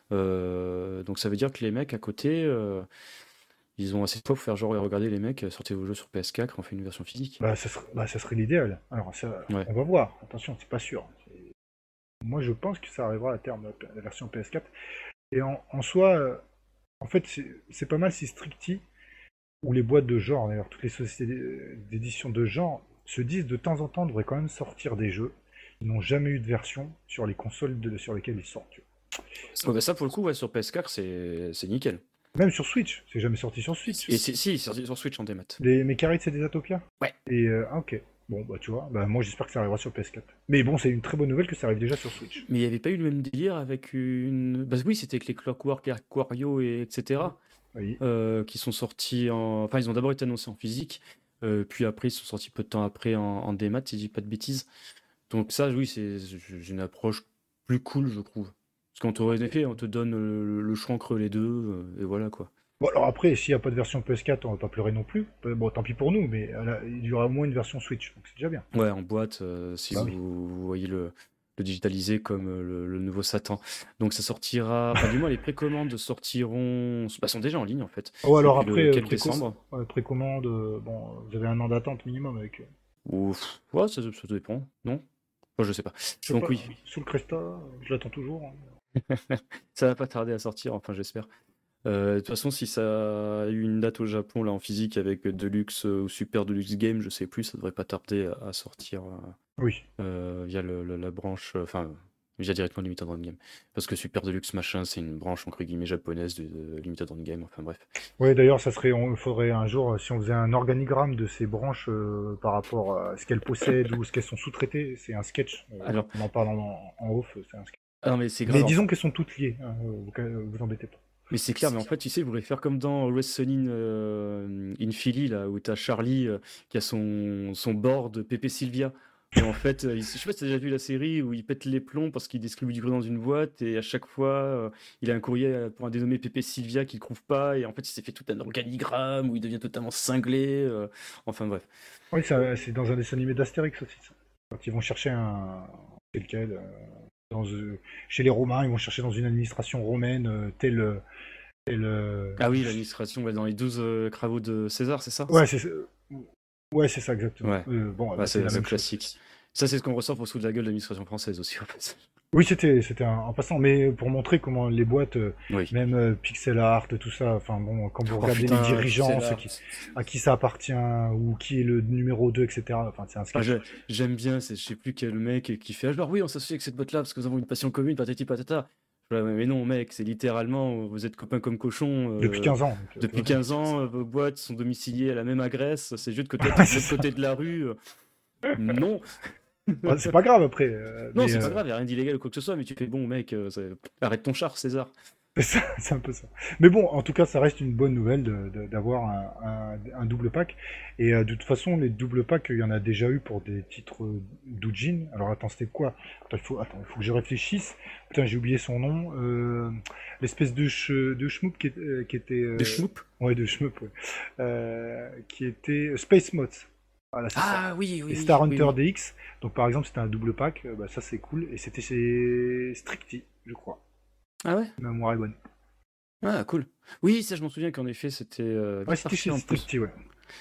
Euh, donc ça veut dire que les mecs à côté, euh, ils ont assez de poids pour faire genre, regardez les mecs, sortez vos jeux sur P S quatre, on fait une version physique. bah ça serait, bah, ça serait l'idéal. Alors ça, Ouais. on va voir. Attention, c'est pas sûr. C'est- Moi, je pense que ça arrivera à terme la, la version P S quatre. Et en, en soi, euh, en fait, c'est c'est pas mal si Strictly ou les boîtes de genre, d'ailleurs toutes les sociétés d'é- d'édition de genre se disent de temps en temps devraient quand même sortir des jeux ils n'ont jamais eu de version sur les consoles de, sur lesquelles ils sortent. Tu vois. Ouais, bah ça, pour le coup, ouais, sur P S quatre, c'est c'est nickel. Même sur Switch, c'est jamais sorti sur Switch. Et c'est- si, sur, sur Switch en démat. Les Mecharids, c'est des Atopia. Ouais. Et euh, ah, ok. Bon, bah tu vois, bah, moi j'espère que ça arrivera sur P S quatre. Mais bon, c'est une très bonne nouvelle que ça arrive déjà sur Switch. Mais il n'y avait pas eu le même délire avec une. Bah oui, c'était avec les Clockwork, Aquario, et etc. Oui. euh, qui sont sortis en. Enfin, ils ont d'abord été annoncés en physique, euh, puis après, ils sont sortis peu de temps après en, en démat, si je dis pas de bêtises. Donc, ça, oui, c'est c'est une approche plus cool, je trouve. Parce qu'en en effet, on te donne le, le choix entre les deux, euh, et voilà quoi. Bon, alors après, s'il n'y a pas de version P S quatre, on va pas pleurer non plus. Euh, Bon, tant pis pour nous, mais euh, là, il y aura au moins une version Switch, donc c'est déjà bien. Ouais, en boîte, euh, si Bah vous, oui. vous voyez le, le digitalisé comme euh, le, le nouveau Satan. Donc ça sortira, enfin du moins les précommandes sortiront, bah, sont déjà en ligne en fait, Oh, alors depuis le après, euh, quatre préco- décembre. ouais, précommande, euh, bon, vous avez un an d'attente minimum avec. euh, Ou, pff, ouais, ça, ça dépend, non? Enfin, je sais pas. Je sais Donc pas, oui, sous le Cresta, euh, je l'attends toujours. hein. ça va pas tarder à sortir, enfin j'espère. Euh, de toute façon, si ça a eu une date au Japon là en physique avec Deluxe euh, ou Super Deluxe Game, je sais plus, ça devrait pas tarder à, à sortir euh, Oui. euh, via le- le- la branche, euh, enfin via directement Limited Run Game. Parce que Super Deluxe machin, c'est une branche entre guillemets japonaise de, de Limited Run Game, enfin bref. Ouais, d'ailleurs, ça serait, on faudrait un jour, euh, si on faisait un organigramme de ces branches euh, par rapport à ce qu'elles possèdent ou ce qu'elles sont sous-traitées, c'est un sketch. Euh, Alors, on en parle en, en off, c'est un sketch. ah non mais c'est Mais grave, en disons fait. qu'elles sont toutes liées, hein, vous, vous embêtez pas. Mais c'est clair, mais en fait, tu sais, vous voulez faire comme dans Wrestling euh, in Philly, là, où t'as Charlie euh, qui a son, son board Pepe Sylvia. Et en fait, euh, il- je sais pas si t'as déjà vu la série où il pète les plombs parce qu'il distribue du courrier dans une boîte et à chaque fois, euh, il a un courrier euh, pour un dénommé Pepe Sylvia qu'il trouve pas et en fait, il s'est fait tout un organigramme où il devient totalement cinglé. euh, Enfin bref. Oui, ça, c'est dans un dessin animé d'Astérix aussi, ça. Quand ils vont chercher un... C'est lequel euh, dans, euh, chez les Romains, ils vont chercher dans une administration romaine euh, tel... euh, tel euh, Ah oui, l'administration, ouais, dans les douze euh, travaux de César, c'est ça? Ouais, c'est ouais, c'est ça, exactement. Ouais, Euh, bon, ouais, bah, c'est c'est la c'est même chose. classique. Ça, c'est ce qu'on ressort pour se foutre de la gueule de l'administration française aussi, en fait. Oui, c'était c'était un- en passant, mais pour montrer comment les boîtes, euh, Oui. même euh, pixel art, tout ça, enfin bon, quand vous Oh regardez putain, les dirigeants, c'est ceux là. qui, à qui ça appartient, ou qui est le numéro deux, et cetera. Enfin, c'est un Ah, sketch. je- j'aime bien, c'est je sais plus quel mec qui fait alors oui, on s'associe avec cette boîte là parce que nous avons une passion commune, patati patata. Je fais, ouais, mais non, mec, c'est littéralement vous êtes copains comme cochons. Depuis euh, quinze ans. donc, euh, depuis tu vois. quinze ans, euh, vos boîtes sont domiciliées à la même adresse. C'est juste que toi, t'es de C'est l'autre ça. côté de la rue. euh, Non, Bah, c'est pas grave après. euh, non, mais, c'est pas euh, grave, y a rien d'illégal ou quoi que ce soit, mais tu fais bon, mec, euh, c'est- arrête ton char, César. c'est ça, c'est un peu ça. Mais bon, en tout cas, ça reste une bonne nouvelle de- de- d'avoir un, un- un double pack. Et euh, de toute façon, les double packs, il y en a déjà eu pour des titres euh, d'Ujin. Alors attends, c'était quoi? Attends, il faut, attends, il faut que je réfléchisse. Putain, j'ai oublié son nom. Euh, L'espèce de, ch- de schmoop qui, est- euh, qui était... euh, Des schmoop. Ouais, de schmoop, ouais. Euh, qui était euh, Space Mods. Voilà, c'est ça. Ah oui, oui, Et oui, Star oui, Hunter oui. D X. Donc par exemple, c'était un double pack. euh, bah, ça, c'est cool. Et c'était chez Strictly, je crois. Ah ouais? Ma mémoire est bonne. Ah cool. Oui, ça je m'en souviens qu'en effet c'était euh, bien Ouais, c'était parti chez en plus. Strictly, ouais.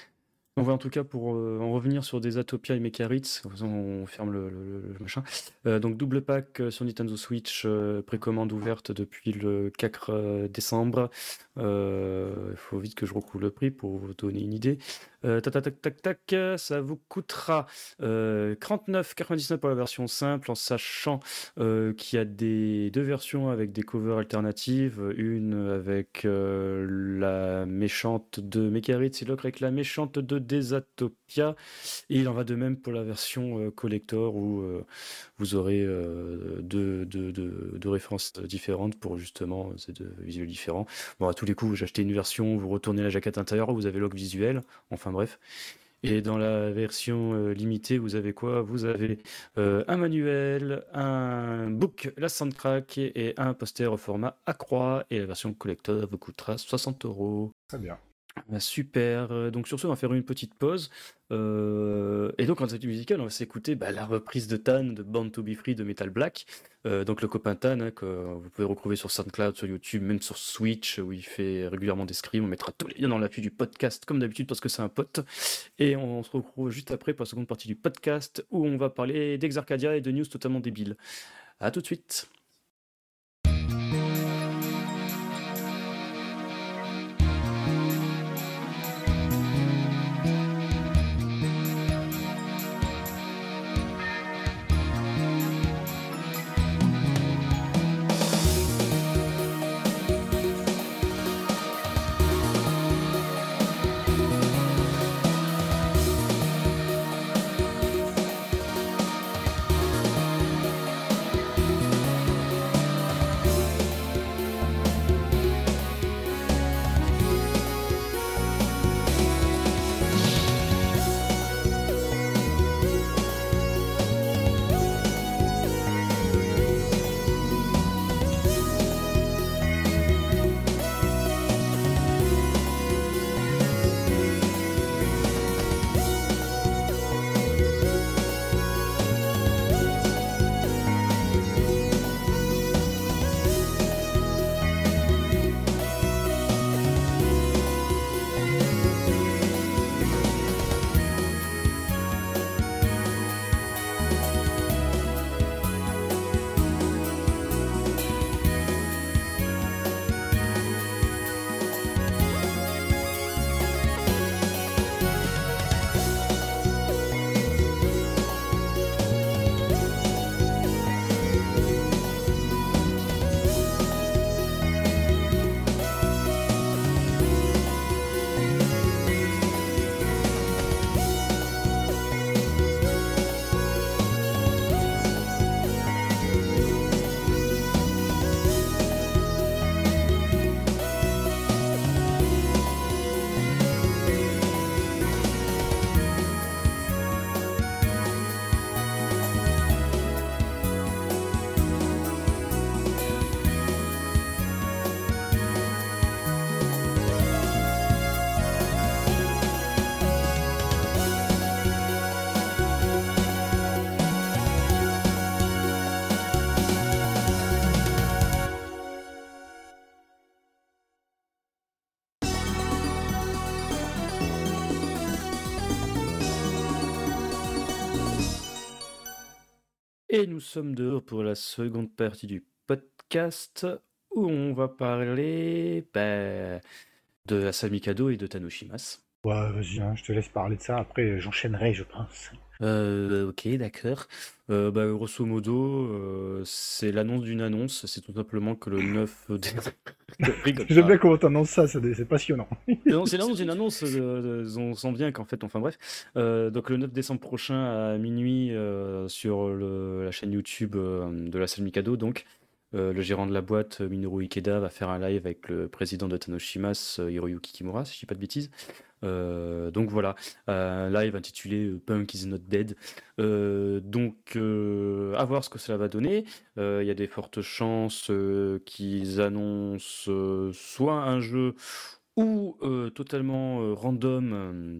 On va en tout cas pour euh, en revenir sur des Atopia et Mecharids, comme ça, on ferme le, le- le machin. Euh, donc double pack euh, sur Nintendo Switch, euh, précommande ouverte depuis le quatre euh, décembre. Euh, Il faut vite que je recouvre le prix pour vous donner une idée. Euh, tac, tac, tac, tac, tac, euh, ça vous coûtera euh, trente-neuf quatre-vingt-dix-neuf pour la version simple, en sachant euh, qu'il y a des deux versions avec des covers alternatives, une avec euh, la méchante de Mecharids et l'autre avec la méchante de Desatopia. Et il en va de même pour la version euh, collector où euh, vous aurez euh, deux, deux- deux- deux références différentes pour justement ces deux visuels différents. Bon, à tous les coups, vous achetez une version, vous retournez la jaquette intérieure, vous avez l'og visuel, enfin bref. Et dans la version euh, limitée, vous avez quoi? Vous avez euh, un manuel, un book, la soundtrack et, et un poster au format A trois. Et la version collector vous coûtera soixante euros. Très bien. Ah, super. Euh, Donc sur ce, on va faire une petite pause. Euh, et donc en cette musicale, on va s'écouter bah, la reprise de Tan de Born to Be Free de Metal Black. Euh, donc le copain Tan, hein, que vous pouvez retrouver sur SoundCloud, sur YouTube, même sur Switch, où il fait régulièrement des screams. On mettra tous les liens dans l'appui du podcast, comme d'habitude, parce que c'est un pote. Et on se retrouve juste après pour la seconde partie du podcast, où on va parler d'Exarcadia et de news totalement débiles. À tout de suite. Et nous sommes dehors pour la seconde partie du podcast où on va parler bah, de Asamikado et de Tanoshimas. Ouais, vas-y, hein, je te laisse parler de ça. Après, j'enchaînerai, je pense. Euh, ok, d'accord. Euh, bah, grosso modo, euh, c'est l'annonce d'une annonce. C'est tout simplement que le neuf dé- Rigole J'aime pas. bien comment t'annonces ça, c'est c'est passionnant. Non, c'est l'annonce d'une annonce. euh, de- on sent bien qu'en fait, enfin bref. Euh, donc le neuf décembre prochain à minuit euh, sur le- la chaîne YouTube euh, de la salle Mikado, donc euh, le gérant de la boîte, euh, Minoru Ikeda, va faire un live avec le président de Tanoshimas, euh, Hiroyuki Kimura, si je dis pas de bêtises. Euh, donc voilà, un live intitulé euh, Punk is not dead. Euh, donc euh, à voir ce que cela va donner. Euh, Il y a des fortes chances euh, qu'ils annoncent euh, soit un jeu ou euh, totalement euh, random euh,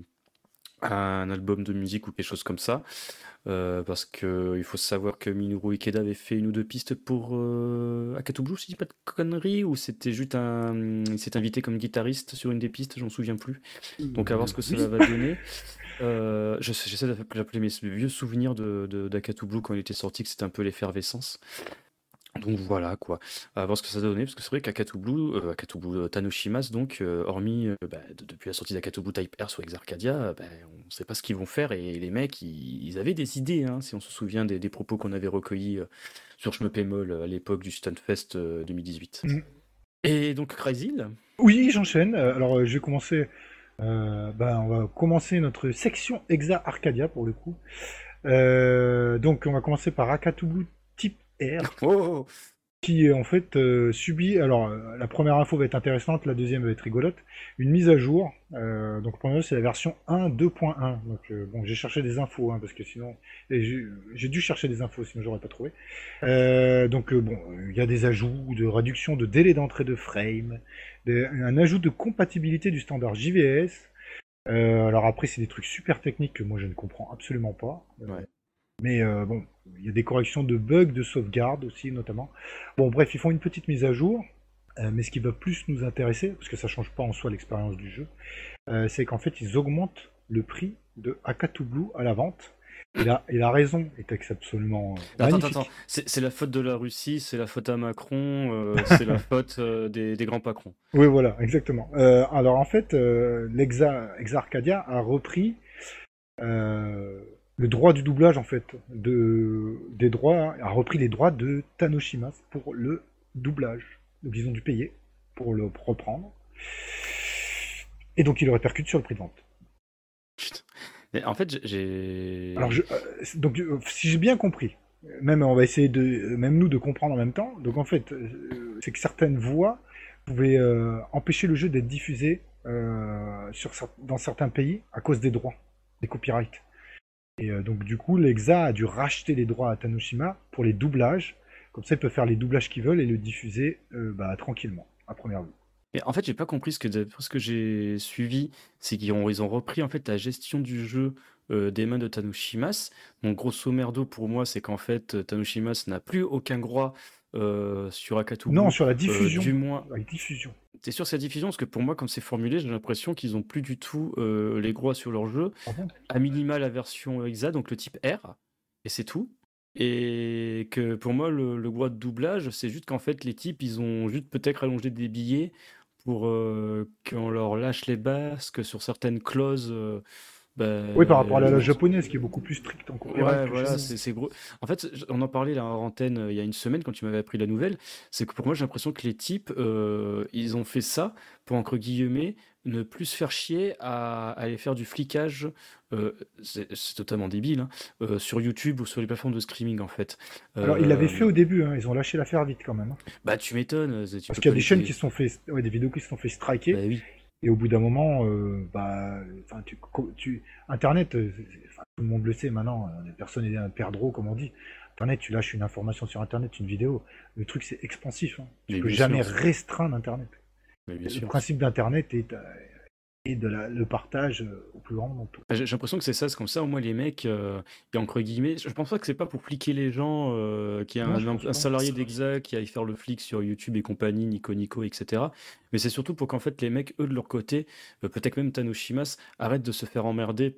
un album de musique ou quelque chose comme ça. Euh, parce que il faut savoir que Minoru Ikeda avait fait une ou deux pistes pour euh, Akatu Blue, si je dis pas de conneries, ou c'était juste un. Il s'est invité comme guitariste sur une des pistes, j'en souviens plus. Donc à voir ce que cela Oui. va donner. Euh, je- J'essaie d'appeler mes vieux souvenirs de, de, d'Akatu Blue quand il était sorti, que c'était un peu l'effervescence. Donc voilà quoi, à voir ce que ça donnait, parce que c'est vrai qu'Akatu Blue, euh, Akatu Blue, euh, Tanoshimas, donc, euh, hormis euh, bah, de- depuis la sortie d'Akatu Blue Type R sur Exarcadia, euh, bah, on ne sait pas ce qu'ils vont faire, et les mecs, ils, ils avaient des idées, hein, si on se souvient des, des propos qu'on avait recueillis euh, sur Shmepemol euh, à l'époque du Stunfest euh, deux mille dix-huit. Mm. Et donc Crazyl, Oui, j'enchaîne. Euh, Alors, euh, je vais commencer. Euh, ben, on va commencer notre section Exa Arcadia pour le coup. Euh, donc, on va commencer par Akatsubu Type R, oh, qui en fait euh, subit. Alors, euh, la première info va être intéressante, la deuxième va être rigolote. Une mise à jour. Euh, donc, pour nous, c'est la version un point deux point un. Donc, euh, bon, j'ai cherché des infos, hein, parce que sinon. et J'ai j'ai dû chercher des infos, sinon j'aurais pas trouvé. Euh, donc, euh, bon, il y a des ajouts de réduction de délai d'entrée de frame, des- un ajout de compatibilité du standard J V S. Euh, alors, après, c'est des trucs super techniques que moi je ne comprends absolument pas. Euh, ouais. mais euh, bon, il y a des corrections de bugs, de sauvegarde aussi, notamment. Bon, bref, ils font une petite mise à jour. Euh, mais ce qui va plus nous intéresser, parce que ça change pas en soi l'expérience du jeu, euh, c'est qu'en fait, ils augmentent le prix de Akatu Blue à la vente. Et la, et la raison est absolument euh, Attends, attends, magnifique. attends, c'est c'est la faute de la Russie, c'est la faute à Macron, euh, c'est la faute euh, des, des grands patrons. Oui, voilà, exactement. Euh, alors en fait, euh, l'Exa Exa Arcadia a repris euh, le droit du doublage en fait, de, des droits, a repris les droits de Tanoshimas pour le doublage. Donc ils ont dû payer pour le reprendre. Et donc il le répercute sur le prix de vente. Putain. Mais en fait, j'ai... Alors je, euh, donc euh, si j'ai bien compris, même on va essayer de, même nous de comprendre en même temps. Donc en fait, euh, c'est que certaines voix pouvaient euh, empêcher le jeu d'être diffusé euh, sur, cer- dans certains pays à cause des droits, des copyrights. Et euh, donc du coup, l'Exa a dû racheter les droits à Tanoshima pour les doublages. Comme ça, ils peuvent faire les doublages qu'ils veulent et le diffuser euh, bah, tranquillement, à première vue. Mais en fait, j'ai pas compris ce que, d'après ce que j'ai suivi, c'est qu'ils ont, ils ont repris en fait la gestion du jeu euh, des mains de Tanoshimas. Donc grosso merdo pour moi, c'est qu'en fait euh, Tanoshimas n'a plus aucun droit euh, sur Akatu Non, Blue, sur la euh, diffusion. du moins. La diffusion. T'es sûr c'est la diffusion? Parce que pour moi, comme c'est formulé, j'ai l'impression qu'ils ont plus du tout euh, les droits sur leur jeu. Ah bon. À minima la version Exa, donc le type R, et c'est tout. Et que pour moi, le, le droit de doublage, c'est juste qu'en fait, les types, ils ont juste peut-être rallongé des billets pour euh, qu'on leur lâche les basques sur certaines clauses. Euh, bah, Oui, par rapport à la loi genre- japonaise, qui est beaucoup plus stricte en copyright Ouais, que voilà, chez c'est nous. c'est gros. En fait, j- on en parlait là en antenne euh, il y a une semaine quand tu m'avais appris la nouvelle. C'est que pour moi, j'ai l'impression que les types, euh, ils ont fait ça pour, entre guillemets, ne plus se faire chier à, à aller faire du flicage. euh, c'est c'est totalement débile, hein, euh, sur YouTube ou sur les plateformes de streaming en fait. Alors, ils l'avaient fait Euh, au début, hein, ils ont lâché l'affaire vite quand même, hein. Bah, tu m'étonnes, euh, tu Parce peux qu'il y pas a des chaînes laisser. qui se sont fait, ouais, des vidéos qui se sont fait Bah striker, oui. et au bout d'un moment, euh, bah, enfin, tu, co- tu, Internet, euh, c'est- c'est- enfin, tout le monde le sait maintenant, euh, personne n'est un perdreau, comme on dit. Internet, tu lâches une information sur Internet, une vidéo, le truc c'est expansif, hein. Tu Mais peux bien jamais sûr. restreindre Internet. Mais bien Le sûr. principe d'Internet est, euh, est de la- le partage euh, au plus grand nombre. Bah, J'ai j'ai l'impression que c'est ça, c'est comme ça, au moins les mecs, euh, et entre guillemets, je pense pas que c'est pas pour fliquer les gens, euh, qu'il y a Non, un, je pense un pas. salarié d'Exa qui aille faire le flic sur YouTube et compagnie, Nico Nico, et cetera. Mais c'est surtout pour qu'en fait les mecs, eux de leur côté, euh, peut-être même Tanoshimas, arrêtent de se faire emmerder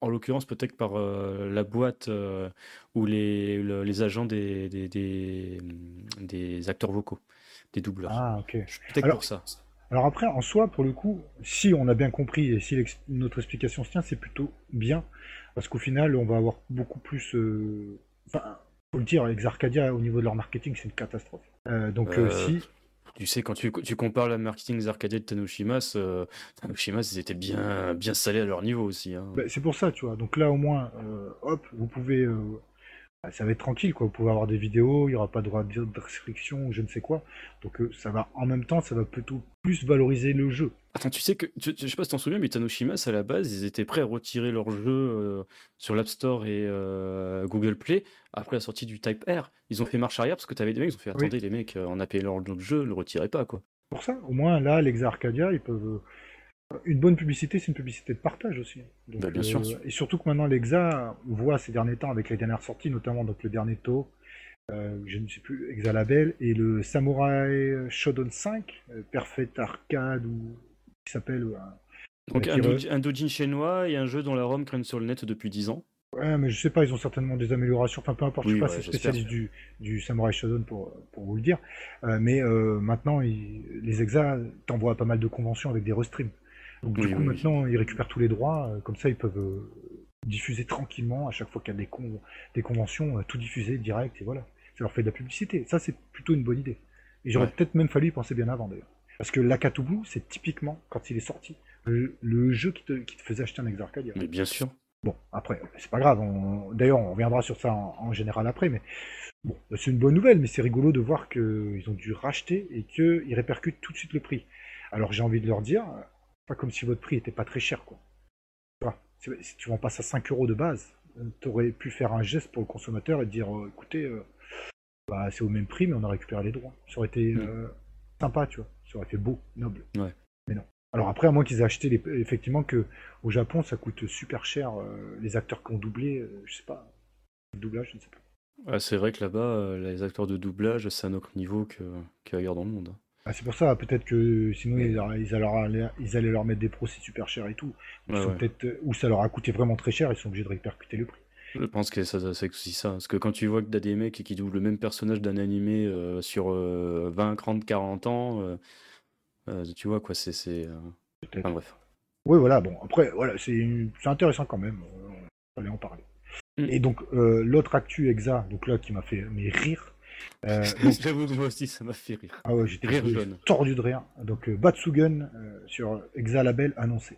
en l'occurrence peut-être par euh, la boîte euh, ou les, le- les agents des, des, des, hum, des acteurs vocaux, des doubleurs. Ah, ok. Je- Peut-être Alors, pour ça. alors après, en soi, pour le coup, si on a bien compris et si l'ex- notre explication se tient, c'est plutôt bien. Parce qu'au final, on va avoir beaucoup plus. euh, Enfin, faut le dire, Exarcadia, au niveau de leur marketing, c'est une catastrophe. Euh, donc, euh, Euh, si. Tu sais, quand tu, tu compares le marketing des arcades de Tanoshimas, euh, Tanoshimas, ils étaient bien, bien salés à leur niveau aussi. Hein. Bah, c'est pour ça, tu vois. Donc là, au moins, euh, hop, vous pouvez. euh, bah, ça va être tranquille, quoi. Vous pouvez avoir des vidéos, il n'y aura pas de droit de de restriction ou je ne sais quoi. Donc euh, ça va, en même temps, ça va plutôt plus valoriser le jeu. Attends, tu sais que, tu- tu- je sais pas si t'en souviens, mais Tanoshimas, à la base, ils étaient prêts à retirer leur jeu euh, sur l'App Store et euh, Google Play après la sortie du Type R. Ils ont fait marche arrière parce que t'avais des mecs qui ont fait Oui. attendez, les mecs, euh, on a payé leur jeu, le retirez pas, quoi. Pour ça, au moins, là, l'Exa Arcadia, ils peuvent. Une bonne publicité, c'est une publicité de partage aussi. Donc, Bah, bien sûr. euh, et surtout que maintenant, l'Exa, on voit ces derniers temps avec les dernières sorties, notamment donc, le dernier taux, euh, je ne sais plus, Exa Label, et le Samurai Shodown cinq, euh, Perfect Arcade, ou qui s'appelle. euh, Donc, euh, un, qui re- doujin- un doujin chinois et un jeu dont la ROM traîne sur le net depuis dix ans. Ouais, mais je sais pas, ils ont certainement des améliorations. Enfin, peu importe, je suis Oui, pas ouais, assez j'espère. spécialiste du, du Samurai Shodown pour, pour vous le dire. Euh, mais euh, maintenant, ils- les Exa t'envoient pas mal de conventions avec des restreams. Donc du Oui, coup, oui, oui. maintenant, ils récupèrent tous les droits. euh, comme ça, ils peuvent euh, diffuser tranquillement à chaque fois qu'il y a des, con- des conventions, euh, tout diffuser direct, et voilà. Ça leur fait de la publicité. Ça, c'est plutôt une bonne idée. Et j'aurais Ouais. peut-être même fallu y penser bien avant, d'ailleurs. Parce que l'Akatubu, c'est typiquement, quand il est sorti, le, le jeu qui te, qui te faisait acheter un Exa Arcadia. Mais bien sûr. Bon, après, c'est pas grave. on- D'ailleurs, on reviendra sur ça en, en général après, mais bon, c'est une bonne nouvelle, mais c'est rigolo de voir qu'ils ont dû racheter et qu'ils répercutent tout de suite le prix. Alors j'ai envie de leur dire, euh, pas comme si votre prix était pas très cher, quoi. Tu vois, si si tu vends pas ça cinq euros de base, tu aurais pu faire un geste pour le consommateur et dire, euh, écoutez, euh, bah, c'est au même prix, mais on a récupéré les droits. Ça aurait été Mm. euh, sympa, tu vois. Ça aurait fait beau, noble. Ouais. Mais non. Alors après, à moins qu'ils aient acheté, les... effectivement, que au Japon, ça coûte super cher, euh, les acteurs qui ont doublé, euh, je sais pas, le doublage, je ne sais pas. Ah, c'est vrai que là-bas, euh, les acteurs de doublage, c'est à un autre niveau que, qu'ailleurs dans le monde. Hein. Ah, c'est pour ça, peut-être que sinon Mais- ils, auraient- ils allaient, ils allaient leur mettre des procès super chers et tout. Ils Ouais, sont ouais. peut-être, ou ça leur a coûté vraiment très cher, ils sont obligés de répercuter le prix. Je pense que ça, c'est aussi ça. Parce que quand tu vois que t'as des mecs qui doublent le même personnage d'un animé euh, sur euh, vingt, trente, quarante ans, euh, euh, tu vois quoi, c'est. c'est euh, Peut-être. Enfin bref. Oui, voilà, bon, après, voilà, c'est c'est intéressant quand même, euh, on fallait en parler. Mm. Et donc, euh, l'autre actu exa, donc là, qui m'a fait mais rire. euh, donc, J'avoue que moi aussi, ça m'a fait rire. ah ouais, j'étais Rire j'étais jaune. tordu de rire. Donc, euh, Batsugun euh, sur Exa Label annoncé.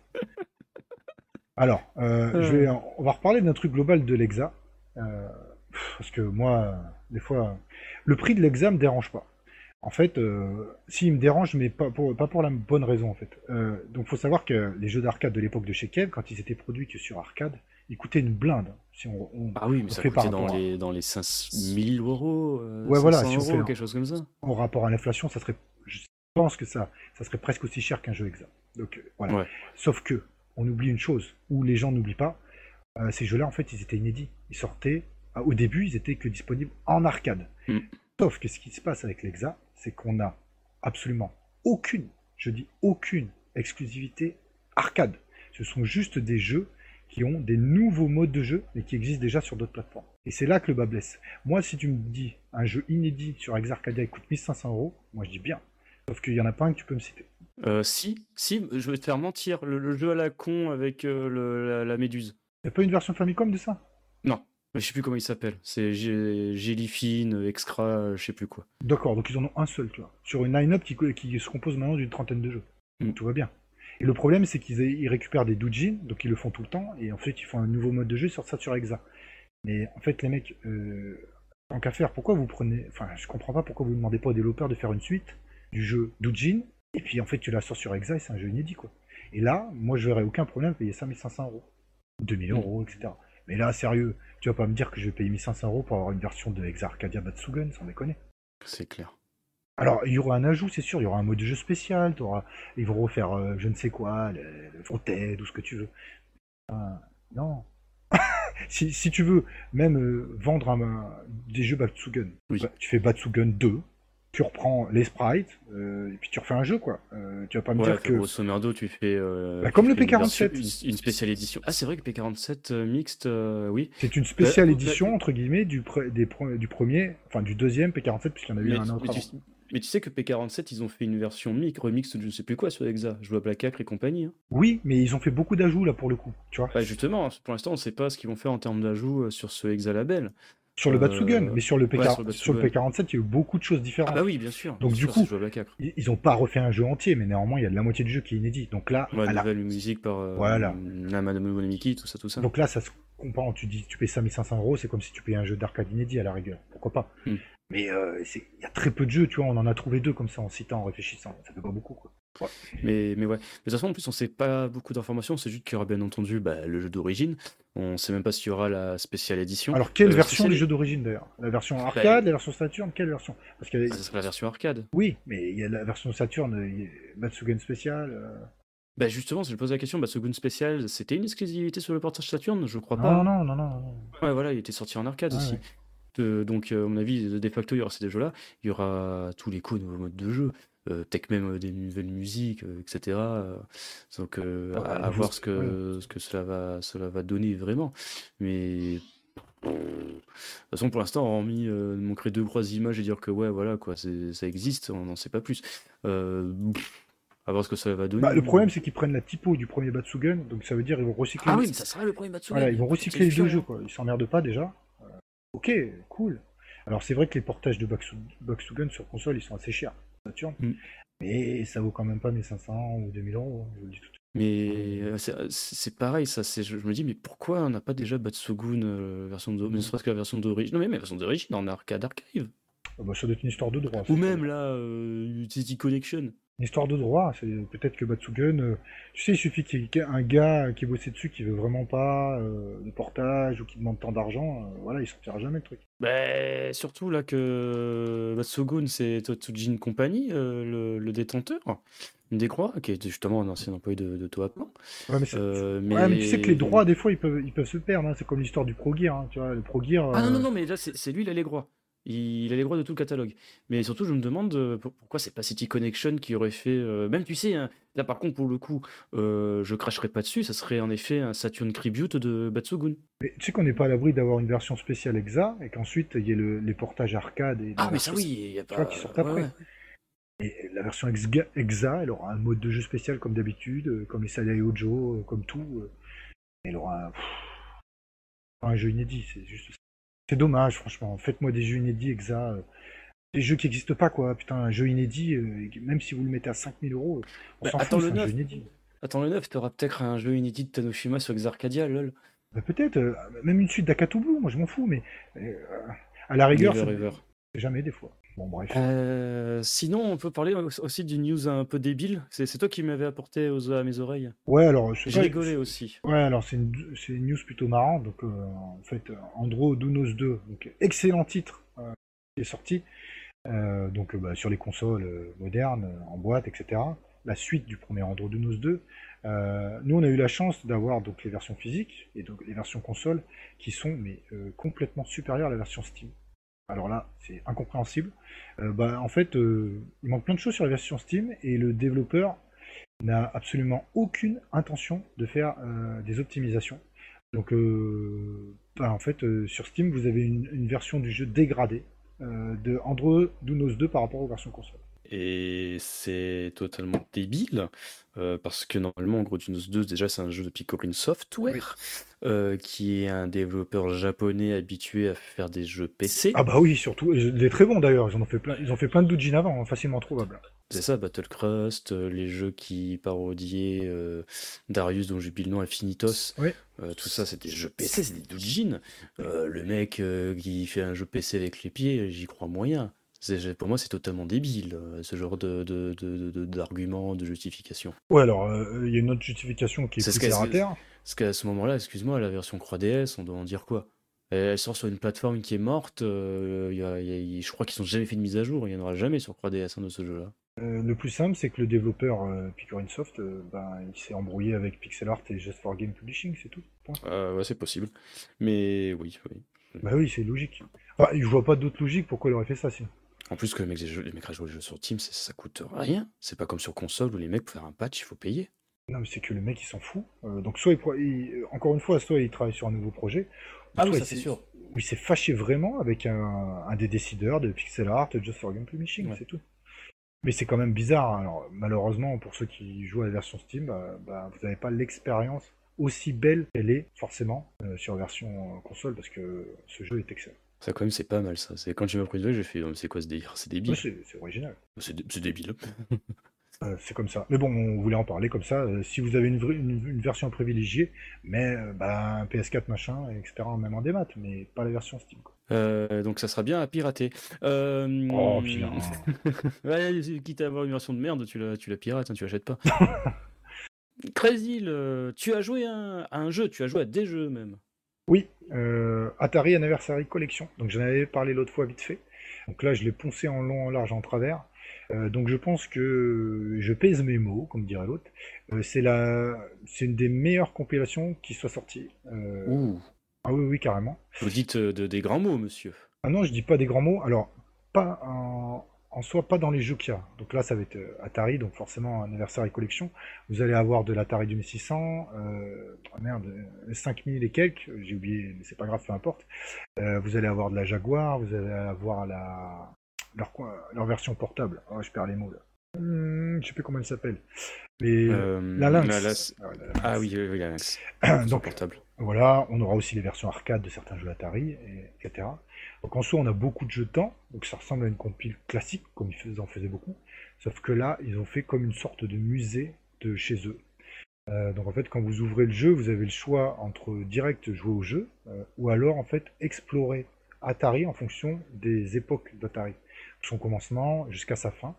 Alors, euh, je vais, on va reparler d'un truc global de l'Exa. euh, pff, parce que moi, euh, des fois, le prix de l'Exa me dérange pas. En fait, euh, s'il me dérange, mais pas pour, pas pour la bonne raison, en fait. Euh, donc, faut savoir que les jeux d'arcade de l'époque de chez Kev, quand ils étaient produits que sur arcade, ils coûtaient une blinde. Si on, on- Ah oui, mais on ça fait par coûtait dans rapport à- les, dans les cinq mille euros, euh, Ouais, voilà, 500 si on fait euros, un- quelque chose comme ça. en rapport à l'inflation, ça serait, je pense que ça, ça serait presque aussi cher qu'un jeu Exa. Donc, euh, voilà. Ouais. Sauf que, on oublie une chose, ou les gens n'oublient pas, euh, ces jeux-là, en fait, ils étaient inédits. Ils sortaient, euh, au début, ils étaient que disponibles en arcade. Mm. Sauf que ce qui se passe avec l'Exa, c'est qu'on n'a absolument aucune, je dis aucune, exclusivité arcade. Ce sont juste des jeux qui ont des nouveaux modes de jeu, mais qui existent déjà sur d'autres plateformes. Et c'est là que le bas blesse. Moi, si tu me dis un jeu inédit sur Exa Arcadia qui coûte mille cinq cents euros, moi je dis bien. Sauf qu'il n'y en a pas un que tu peux me citer. Euh, si, si, je vais te faire mentir. Le, le jeu à la con avec euh, le- la, la méduse. Il n'y a pas une version Famicom de ça? Non, mais je sais plus comment il s'appelle. C'est Gé- Jellyfin, Extra, euh, je sais plus quoi. D'accord, donc ils en ont un seul, tu vois. Sur une line-up qui, qui se compose maintenant d'une trentaine de jeux. Mm. Donc tout va bien. Et le problème, c'est qu'ils ils récupèrent des doujins, donc ils le font tout le temps, et en fait, ils font un nouveau mode de jeu, ils sortent ça sur Exa. Mais en fait, les mecs, euh, tant qu'à faire, pourquoi vous prenez. Enfin, je comprends pas pourquoi vous ne demandez pas aux développeurs de faire une suite du jeu doujin, et puis en fait, tu la sors sur Exa et c'est un jeu inédit, quoi. Et là, moi, je verrais aucun problème à payer ça mille cinq cents euros, deux mille euros, et cetera. Mais là, sérieux, tu vas pas me dire que je vais payer mille cinq cents euros pour avoir une version de Exa Arcadia Batsugun, sans déconner. C'est clair. Alors, il y aura un ajout, c'est sûr, il y aura un mode de jeu spécial, t'auras- ils vont refaire euh, je ne sais quoi, le, le Fronted, ou ce que tu veux. Ah, non. si, si tu veux même euh, vendre un- un- des jeux Batsugun, Oui. bah, tu fais Batsugun deux, tu reprends les sprites, euh, et puis tu refais un jeu, quoi. Euh, tu vas pas me Ouais, dire enfin, que... grosso merdo, tu fais, euh, Bah, tu comme le fais une version, P quarante-sept. une, une spéciale édition. Ah, c'est vrai que P quarante-sept euh, mixte, euh, oui. C'est une Bah, spéciale bah, édition, entre guillemets, du, pre- des pre- du premier, enfin du deuxième P quarante-sept, puisqu'il y en a eu mais, un tu- autre mais, tu, avant. mais tu sais que P quarante-sept, ils ont fait une version mix, remix de je sais plus quoi sur Hexa. Je vois Black Acre et compagnie, hein. Oui, mais ils ont fait beaucoup d'ajouts, là, pour le coup, tu vois. Bah, justement, pour l'instant, on sait pas ce qu'ils vont faire en termes d'ajout euh, sur ce Hexa label. Sur le Batsugun, Euh, mais sur le, P Ouais, quarante sur le sur le Batsugun. P quarante-sept, il y a eu beaucoup de choses Ah bah différentes. oui, bien sûr, bien Donc du sûr, si coup, je vois Black Acre. ils ils ont pas refait un jeu entier, mais néanmoins, il y a de la moitié du jeu qui est inédit. Donc là, Ouais, à la... nouvelle musique par euh, voilà. la Madame Monomiki, tout ça, tout ça. Donc là, ça se comprend. Tu dis, tu payes cinq mille cinq cents euros, c'est comme si tu payais un jeu d'arcade inédit à la rigueur. Pourquoi pas? Hmm. Mais euh, c'est- il y a très peu de jeux, tu vois. On en a trouvé deux comme ça en citant, en réfléchissant. Ça fait pas beaucoup, quoi. Ouais. Mais, mais ouais. Mais de toute façon, en plus, on sait pas beaucoup d'informations. C'est juste qu'il y aura bien entendu bah, le jeu d'origine. On sait même pas s'il y aura la spéciale édition. Alors, quelle Euh, version spéciale- du jeu d'origine d'ailleurs? La version Bah, arcade, la version Saturn, quelle version? Parce qu'il y a... ah, ça sera la version arcade. Oui, mais il y a la version Saturn, euh, il y a Matsugen Special. euh. Bah justement, je pose la question, bah, Shogun Special, c'était une exclusivité sur le portage Saturn? Je crois Non, pas, hein. non, non, non, non, non. Ouais, voilà, il était sorti en arcade Ouais, aussi. ouais. De- donc, euh, à mon avis, de de facto, il y aura ces deux jeux-là. Il y aura tous les coups nouveaux modes de jeu, euh, peut-être même euh, des nouvelles musiques, euh, et cetera. euh, donc, euh, Ouais, à, à nouveau voir sp- ce que, ce que cela va, cela va donner vraiment. Mais de toute façon, pour l'instant, hormis euh, montrer deux, trois images et dire que ouais, voilà, quoi, c'est- ça existe, on n'en sait pas plus. Euh, à voir ce que ça va donner, Bah, le hein. problème, c'est qu'ils prennent la typo du premier Batsugun, donc ça veut dire ils vont recycler. Ah oui, mais ça sera le premier Matsugan. Voilà, ils vont Putain, recycler c'est les deux chiant, jeux, hein. quoi. Ils s'emmerdent pas déjà. Euh, ok, cool. Alors c'est vrai que les portages de Baksu- Baksugun sur console, ils sont assez chers, Saturn. Mm. Mais ça vaut quand même pas mille cinq cents ou deux mille euros, hein, je vous le dis tout de suite. Mais euh, c'est c'est pareil, ça. C'est, je je me dis, mais pourquoi on n'a pas déjà Batsugun euh, version de, ne serait-ce que la version d'origine? Non, mais même la version d'origine en arcade archive. Ah bah, ça doit être une histoire de droit. Ou ça. même là, euh, City Connection. Une histoire de droit, c'est peut-être que Batsugun, euh, tu sais, il suffit qu'il y ait un gars qui est bossé dessus qui veut vraiment pas euh, de portage ou qui demande tant d'argent, euh, voilà, il sortira jamais le truc. Ben, surtout là que Batsugun, c'est Totsujin Company, euh, le, le détenteur, une des croix, qui était justement un ancien employé de, de Toaplan. Ouais mais, c'est- Euh, ouais, mais tu sais que les droits, des fois, ils peuvent, ils peuvent se perdre, hein. C'est comme l'histoire du Pro Gear, hein, tu vois, le Pro Gear... Ah non, non, euh, non, mais là, c'est c'est lui, il a les droits. Il, il a les droits de tout le catalogue. Mais surtout, je me demande euh, pour- pourquoi c'est pas City Connection qui aurait fait. euh, Même, tu sais, hein, là par contre, pour le coup, euh, je cracherai pas dessus, ça serait en effet un Saturn Tribute de Batsugun. Mais tu sais qu'on n'est pas à l'abri d'avoir une version spéciale Exa, et qu'ensuite, il y ait le- les portages arcade et Ah, la mais ça, version- oui, il y a tu vois, pas. qui sortent ouais, après. ouais. Et la version Exa, Exa, elle aura un mode de jeu spécial comme d'habitude, euh, comme les Sadai Ojo, euh, comme tout. euh. Elle aura un, pff, un jeu inédit, c'est juste ça. C'est dommage, franchement. Faites-moi des jeux inédits, Exa. euh, Des jeux qui n'existent pas, quoi. Putain, un jeu inédit, euh, même si vous le mettez à cinq mille euros, on Bah, s'en attends fout, le c'est un jeu neuf. inédit. Attends le neuf, t'auras peut-être un jeu inédit de Tanoshima sur Exarcadia, lol. Bah, peut-être, euh, même une suite d'Akatu Blue, moi je m'en fous, mais euh, à la rigueur, Never ça Ever. c'est jamais des fois. Bon, bref. Euh, sinon, on peut parler au- aussi d'une news un peu débile. C'est c'est toi qui m'avais apporté aux, à mes oreilles. Ouais, alors, je sais J'ai pas, rigolé aussi. ouais, alors c'est une, c'est une news plutôt marrante. Donc, euh, en fait, euh, Andro Dunos deux, donc excellent titre euh, qui est sorti. Euh, donc, euh, bah, sur les consoles euh, modernes, euh, en boîte, et cetera. La suite du premier Andro Dunos deux. Euh, nous, on a eu la chance d'avoir donc les versions physiques et donc les versions console qui sont mais euh, complètement supérieures à la version Steam. Alors là, c'est incompréhensible. Euh, bah, en fait, euh, il manque plein de choses sur la version Steam et le développeur n'a absolument aucune intention de faire euh, des optimisations. Donc, euh, bah, en fait, euh, sur Steam, vous avez une, une version du jeu dégradée euh, de Andro Dunos deux par rapport aux versions console. Et c'est totalement débile, euh, parce que normalement, en gros, Dunos deux, déjà, c'est un jeu de Picorin Software, euh, qui est un développeur japonais habitué à faire des jeux P C. Ah bah oui, surtout, il est très bon d'ailleurs. Ils en ont fait plein, ils ont fait plein de doujins avant, hein, facilement trouvables. C'est ça, Battlecrust, euh, les jeux qui parodiaient euh, Darius, dont j'oublie le nom, Infinitos. Oui. Euh, tout ça, c'est des jeux P C, c'est des doujins. Euh, le mec euh, qui fait un jeu P C avec les pieds, j'y crois moyen. C'est- Pour moi, c'est totalement débile, euh, ce genre de, de, de, de- d'arguments, de justification. Ouais, alors, euh, il y a une autre justification qui est C'est ce plus qu'elle- terre à terre. Parce qu'à ce moment-là, excuse-moi, la version trois D S, on doit en dire quoi? Elle elle sort sur une plateforme qui est morte, euh, y a- y a- je crois qu'ils n'ont jamais fait de mise à jour, il n'y en aura jamais sur trois D S hein, de ce jeu-là. Euh, le plus simple, c'est que le développeur euh, Picorin Soft, euh, ben, il s'est embrouillé avec Pixel Art et Just for Game Publishing, c'est tout. Point. Euh, ouais, c'est possible. Mais oui, oui. Bah oui, c'est logique. Enfin, je vois pas d'autre logique pourquoi il aurait fait ça sinon. En plus que les mecs, les, jeux- les mecs à jouer les jeux sur Teams, ça, ça coûte rien. C'est pas comme sur console où les mecs, pour faire un patch, il faut payer. Non, mais c'est que le mec, il s'en fout. Euh, donc, soit il, pro- il- encore une fois, soit il travaille sur un nouveau projet, ou Ah oui, soit il ça c'est s'est sûr. ou il s'est fâché vraiment avec un, un des décideurs de pixel art, Just for Game Publishing, Ouais. c'est tout. Mais c'est quand même bizarre. Hein. Alors, malheureusement, pour ceux qui jouent à la version Steam, bah, bah, vous n'avez pas l'expérience aussi belle qu'elle est, forcément, euh, sur version euh, console, parce que ce jeu est excellent. Ça quand même, c'est pas mal ça. C'est quand j'ai appris le jeu, j'ai fait, oh, mais c'est quoi ce délire? C'est Ouais, débile. c'est c'est original. C'est dé- c'est débile. Euh, c'est comme ça. Mais bon, on voulait en parler comme ça. Euh, si vous avez une, vraie- une, une version privilégiée, mais euh, bah, un P S quatre machin, et cetera, même en démat, mais pas la version Steam. Quoi. Euh, donc ça sera bien à pirater. Euh... Oh, vilain. ouais, quitte à avoir une version de merde, tu la, tu la pirates, hein, tu l'achètes pas. Crazy, le- tu as joué à un, à un jeu, tu as joué à des jeux même. Oui, euh, Atari Anniversary Collection. Donc j'en avais parlé l'autre fois vite fait. Donc là, je l'ai poncé en long, en large, en travers. Euh, donc je pense que je pèse mes mots, comme dirait l'autre. Euh, c'est la, c'est une des meilleures compilations qui soit sortie. Euh, Ouh, Ah oui, oui, carrément. vous dites euh, de, des grands mots, monsieur. Ah non, je dis pas des grands mots. Alors, pas en, en soi, pas dans les jeux qu'il y a. Donc là, ça va être euh, Atari, donc forcément Anniversary Collection. Vous allez avoir de l'Atari deux mille six cents, euh, ah merde, euh, cinq mille et quelques, j'ai oublié, mais c'est pas grave, peu importe. Euh, vous allez avoir de la Jaguar, vous allez avoir la leur, quoi- leur version portable. Oh, je perds les mots là. Hum, je sais plus comment elle s'appelle. Mais Euh, la Lynx. la- la- Ah, ouais, la Ah Lynx. oui, oui, oui, la Lynx. Donc, portable. voilà, on aura aussi les versions arcade de certains jeux Atari, et- etc. Donc en soi, on a beaucoup de jeux de temps, donc ça ressemble à une compile classique, comme ils fais- en faisaient beaucoup. Sauf que là, ils ont fait comme une sorte de musée de chez eux. Euh, donc en fait, quand vous ouvrez le jeu, vous avez le choix entre direct jouer au jeu, euh, ou alors en fait explorer Atari en fonction des époques d'Atari. Son commencement jusqu'à sa fin.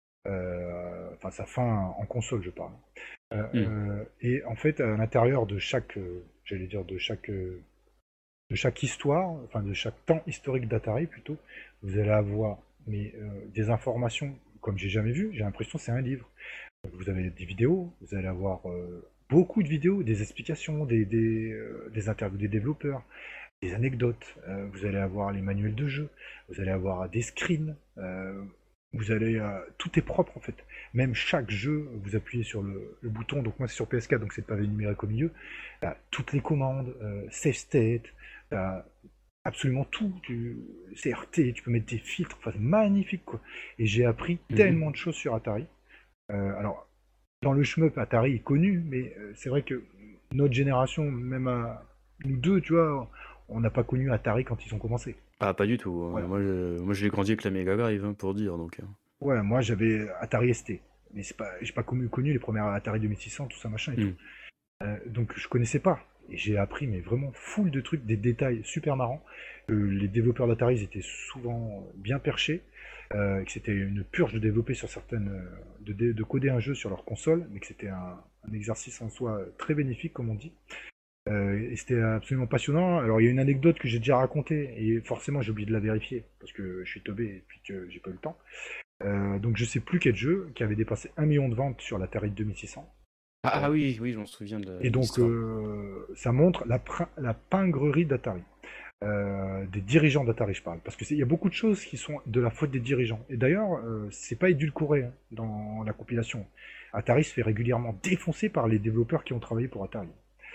Euh, enfin sa fin en console, je parle. Euh, Hmm. euh, et en fait, à l'intérieur de chaque, euh, j'allais dire de chaque, euh, de chaque histoire, enfin de chaque temps historique d'Atari plutôt, vous allez avoir mais, euh, des informations comme j'ai jamais vu. J'ai l'impression que c'est un livre. Donc, vous avez des vidéos, vous allez avoir euh, beaucoup de vidéos, des explications, des, des, euh, des interviews des développeurs, des anecdotes. Euh, vous allez avoir les manuels de jeu, vous allez avoir des screens. Euh, vous allez, euh, tout est propre en fait. Même chaque jeu, vous appuyez sur le, le bouton. Donc moi c'est sur P S quatre, donc c'est le pavé numérique au milieu. T'as toutes les commandes, euh, save state, t'as absolument tout. Tu, C R T, tu peux mettre des filtres. Enfin, c'est magnifique quoi. Et j'ai appris Mhm. tellement de choses sur Atari. Euh, alors, dans le shmup, Atari est connu, mais euh, c'est vrai que notre génération, même à nous deux, tu vois, on n'a pas connu Atari quand ils ont commencé. Ah, pas du tout. hein. Voilà. Moi, je, moi, je l'ai grandi avec la Mega Drive, hein, pour dire. Donc, euh. Ouais, moi j'avais Atari S T, mais c'est pas, j'ai pas connu, connu les premières Atari deux mille six cents, tout ça machin et Hmm. tout. Euh, donc je connaissais pas. Et j'ai appris, mais vraiment full de trucs, des détails super marrants. Euh, les développeurs d'Atari ils étaient souvent bien perchés, euh, que c'était une purge de développer sur certaines, euh, de, dé- de coder un jeu sur leur console, mais que c'était un, un exercice en soi très bénéfique, comme on dit. Euh, et c'était absolument passionnant. Alors il y a une anecdote que j'ai déjà racontée, et forcément j'ai oublié de la vérifier, parce que je suis teubé et puis que j'ai pas eu le temps. Euh, donc je sais plus quel jeu qui avait dépassé un million de ventes sur l'Atari deux mille six cents. Ah, ah oui, oui, je m'en souviens de la- Et de donc l'histoire. euh, ça montre la, prin- la pingrerie d'Atari. Euh, des dirigeants d'Atari, je parle. Parce qu'il y a beaucoup de choses qui sont de la faute des dirigeants. Et d'ailleurs, euh, c'est pas édulcoré hein, dans la compilation. Atari se fait régulièrement défoncer par les développeurs qui ont travaillé pour Atari.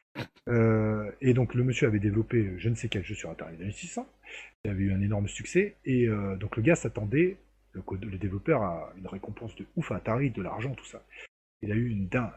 Euh, et donc le monsieur avait développé je ne sais quel jeu sur Atari deux mille six cents. Il avait eu un énorme succès. Et euh, donc le gars s'attendait, le, code- le développeur, à une récompense de ouf à Atari, de l'argent, tout ça. Il a eu une dinde.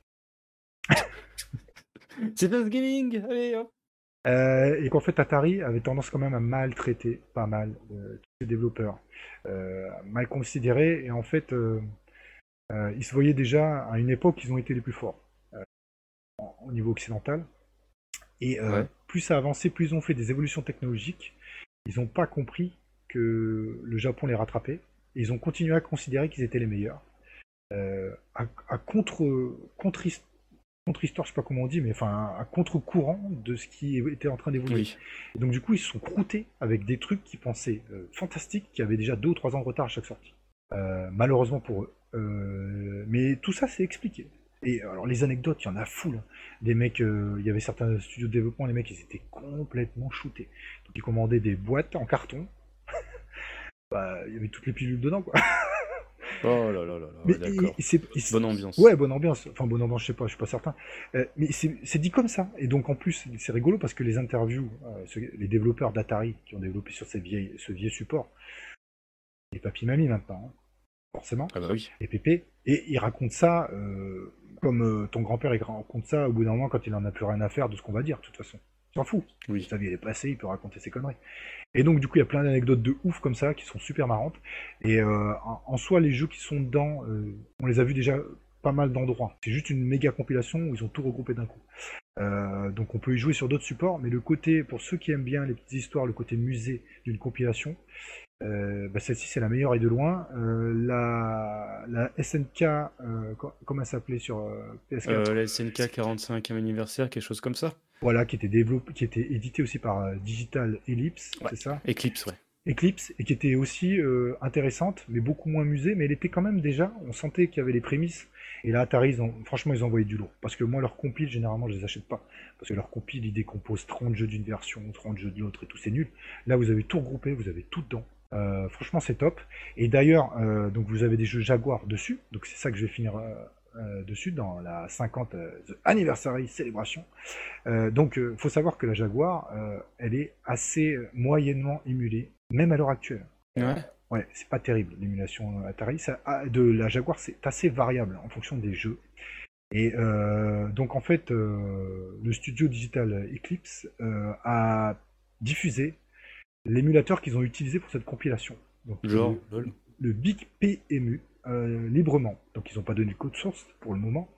C'est Thanksgiving! Allez, hop! Euh, et qu'en fait Atari avait tendance quand même à maltraiter pas mal euh, tous les développeurs, euh, mal considérés, et en fait euh, euh, ils se voyaient déjà à une époque ils ont été les plus forts euh, en- au niveau occidental, et euh, Ouais. plus ça avançait, plus ils ont fait des évolutions technologiques, ils n'ont pas compris que le Japon les rattrapait, et ils ont continué à considérer qu'ils étaient les meilleurs, euh, à, à contre, contre contre-histoire, je sais pas comment on dit, mais enfin à contre-courant de ce qui était en train d'évoluer. Oui. Et donc du coup, ils se sont croûtés avec des trucs qu'ils pensaient euh, fantastiques, qui avaient déjà deux ou trois ans de retard à chaque sortie. Euh, malheureusement pour eux. Euh, mais tout ça, c'est expliqué. Et alors les anecdotes, il y en a full. hein. Des mecs, euh, il y avait certains studios de développement, les mecs, ils étaient complètement shootés. Donc ils commandaient des boîtes en carton. bah, il y avait toutes les pilules dedans, quoi. Oh là là là là, Mais ouais, d'accord. et- et c'est- et c'est- Bonne ambiance. Ouais, bonne ambiance. Enfin, bonne ambiance, je sais pas, je suis pas certain. Euh, mais c'est c'est dit comme ça. Et donc, en plus, c'est rigolo parce que les interviews, euh, ceux- les développeurs d'Atari qui ont développé sur ces vieilles, ce vieux support, les papy-mamie maintenant, hein, forcément, Ah bah oui. les pépés, et ils racontent ça euh, comme euh, ton grand-père, il raconte ça au bout d'un moment quand il en a plus rien à faire de ce qu'on va dire, de toute façon. Il s'en fout. Oui. Sa vie, elle est passée, il peut raconter ses conneries. Et donc, du coup, il y a plein d'anecdotes de ouf comme ça qui sont super marrantes. Et euh, en, en soi, les jeux qui sont dedans, euh, on les a vus déjà pas mal d'endroits. C'est juste une méga compilation où ils ont tout regroupé d'un coup. Euh, donc, on peut y jouer sur d'autres supports, mais le côté, pour ceux qui aiment bien les petites histoires, le côté musée d'une compilation, euh, bah, celle-ci c'est la meilleure et de loin. Euh, la, la S N K, euh, co- comment elle s'appelait sur euh, P S quatre Euh, la S N K quarante-cinquième anniversaire, quelque chose comme ça. Voilà, qui était développé, qui était édité aussi par euh, Digital Ellipse, Ouais. c'est ça? Eclipse, ouais. Eclipse, et qui était aussi euh, intéressante, mais beaucoup moins musée, mais elle était quand même déjà, on sentait qu'il y avait les prémices. Et là, Atari, ils ont, franchement, ils ont envoyé du lourd. Parce que moi, leurs compiles, généralement, je les achète pas. Parce que leurs compiles, ils décomposent trente jeux d'une version, trente jeux de l'autre, et tout, c'est nul. Là, vous avez tout regroupé, vous avez tout dedans. Euh, franchement, c'est top. Et d'ailleurs, euh, donc vous avez des jeux Jaguar dessus, donc c'est ça que je vais finir euh, euh, dessus dans la cinquante euh, The Anniversary Celebration. Euh, donc, il euh, faut savoir que la Jaguar, euh, elle est assez euh, moyennement émulée, même à l'heure actuelle. Ouais. Ouais, c'est pas terrible l'émulation Atari. Ça, ah, de la Jaguar, c'est assez variable en fonction des jeux. Et euh, donc en fait, euh, le studio Digital Eclipse euh, a diffusé l'émulateur qu'ils ont utilisé pour cette compilation. Donc Genre, le, lol. le Big P M U euh, librement. Donc ils n'ont pas donné de code source pour le moment.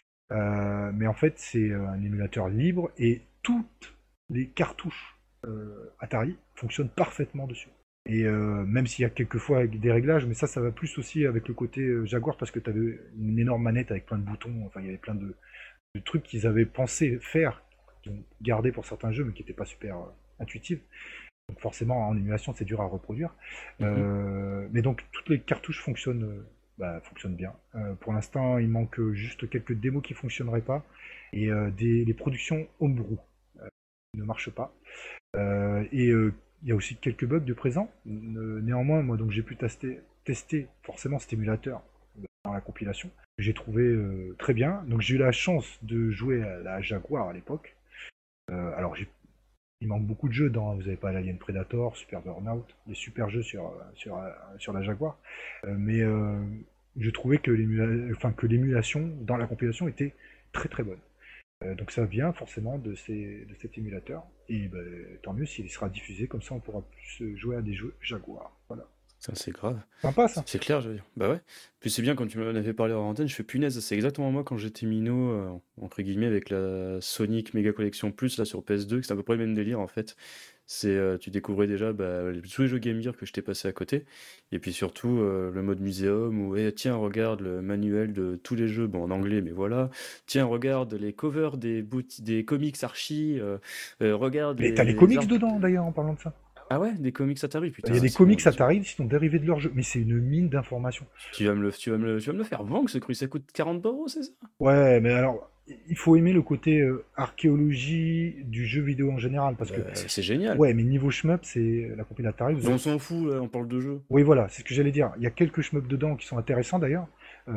Euh, mais en fait, c'est un émulateur libre et toutes les cartouches euh, Atari fonctionnent parfaitement dessus. Et euh, même s'il y a quelquefois des réglages, mais ça, ça va plus aussi avec le côté euh, Jaguar parce que tu avais une énorme manette avec plein de boutons. Enfin, il y avait plein de, de trucs qu'ils avaient pensé faire, qu'ils ont gardé pour certains jeux, mais qui n'étaient pas super euh, intuitifs. Donc forcément, en émulation, c'est dur à reproduire. Mhm. Euh, mais donc, toutes les cartouches fonctionnent, euh, bah, fonctionnent bien. Euh, pour l'instant, il manque juste quelques démos qui ne fonctionneraient pas et euh, des, les productions homebrew euh, qui ne marchent pas. Euh, et euh, il y a aussi quelques bugs de présent. Euh, néanmoins, moi, donc j'ai pu tester, tester forcément cet émulateur dans la compilation. J'ai trouvé euh, très bien. Donc j'ai eu la chance de jouer à la Jaguar à l'époque. Euh, alors j'ai il manque beaucoup de jeux dans. Vous n'avez pas l'Alien Predator, Super Burnout, des super jeux sur, sur, sur la Jaguar. Euh, mais euh, je trouvais que, l'émula... enfin, que l'émulation dans la compilation était très très bonne. Euh, donc ça vient forcément de, ces... de cet émulateur. Et ben, tant mieux s'il sera diffusé, comme ça on pourra plus jouer à des jeux Jaguar. Voilà. Ça, c'est grave. Sympa ça. C'est clair, je veux dire. Bah ouais. Puis c'est bien quand tu m'en avais parlé en antenne, je fais punaise, c'est exactement moi quand j'étais minot, euh, entre guillemets, avec la Sonic Mega Collection Plus là sur P S deux, que c'est à peu près le même délire en fait. C'est, euh, tu découvrais déjà bah, tous les jeux Game Gear que je t'ai passé à côté, et puis surtout euh, le mode muséum où eh, tiens regarde le manuel de tous les jeux, bon en anglais mais voilà, tiens regarde les covers des bout- des comics Archie, euh, euh, regarde Mais les, t'as les les comics art- dedans d'ailleurs en parlant de ça. Ah ouais, des comics Atari, Il y a putain, des c'est comics bon, Atari qui sont dérivés de leur jeu. Mais c'est une mine d'informations. tu vas me le, tu vas me le, tu vas me le faire vendre ce cru, ça coûte quarante euros, c'est ça? Ouais, mais alors, il faut aimer le côté euh, archéologie du jeu vidéo en général, parce que, Bah, c'est génial. ouais, mais niveau shmup, c'est la compil Atari. Vous On avez- s'en fout, là, on parle de jeu. Oui, voilà, c'est ce que j'allais dire. Il y a quelques shmups dedans qui sont intéressants d'ailleurs,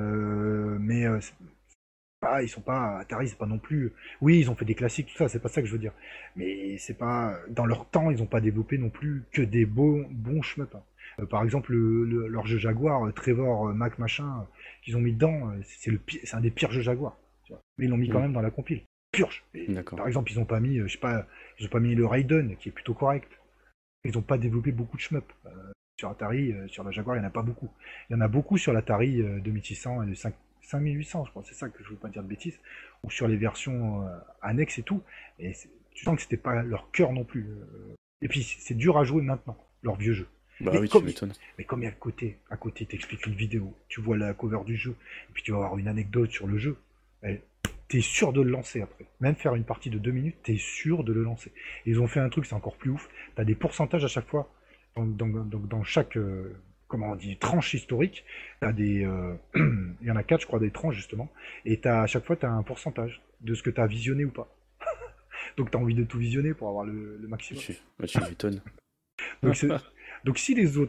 euh, mais euh, c'est pas, ils sont pas Atari, c'est pas non plus. Oui, ils ont fait des classiques, tout ça, c'est pas ça que je veux dire. Mais c'est pas dans leur temps, ils ont pas développé non plus que des bons bons shmups, hein. Euh, par exemple, le- le- leur jeu Jaguar, euh, Trevor, euh, Mac machin, euh, qu'ils ont mis dedans, euh, c'est le pi- c'est un des pires jeux Jaguar. Tu vois. Mais ils l'ont mis quand Mm. même dans la compile. Purge. Et, D'accord. par exemple, ils ont pas mis, euh, je sais pas, ils ont pas mis le Raiden, qui est plutôt correct. Ils ont pas développé beaucoup de shmups. Euh, sur Atari, euh, sur la Jaguar, il y en a pas beaucoup. Il y en a beaucoup sur l'Atari euh, deux mille six cents et le cinq- cinq mille huit cents, je crois. C'est ça que je veux pas dire de bêtises. Ou sur les versions euh, annexes et tout. Et c'est- tu sens que c'était pas leur cœur non plus. euh. Et puis c'est c'est dur à jouer maintenant, leur vieux jeu. Bah Mais oui, tu comme, m'étonnes. mais comme il y a à côté, à côté, t'expliques une vidéo, tu vois la cover du jeu, et puis tu vas avoir une anecdote sur le jeu, et t'es sûr de le lancer après. Même faire une partie de deux minutes, t'es sûr de le lancer. Et ils ont fait un truc, c'est encore plus ouf. T'as des pourcentages à chaque fois, dans, dans, dans, dans chaque, euh, comment on dit, tranche historique. T'as des, euh, il y en a quatre, je crois, des tranches justement, et t'as, à chaque fois, t'as un pourcentage de ce que t'as visionné ou pas. Donc t'as envie de tout visionner pour avoir le, le maximum. Tu, bah, tu m'étonnes. Donc, c'est- donc si les autres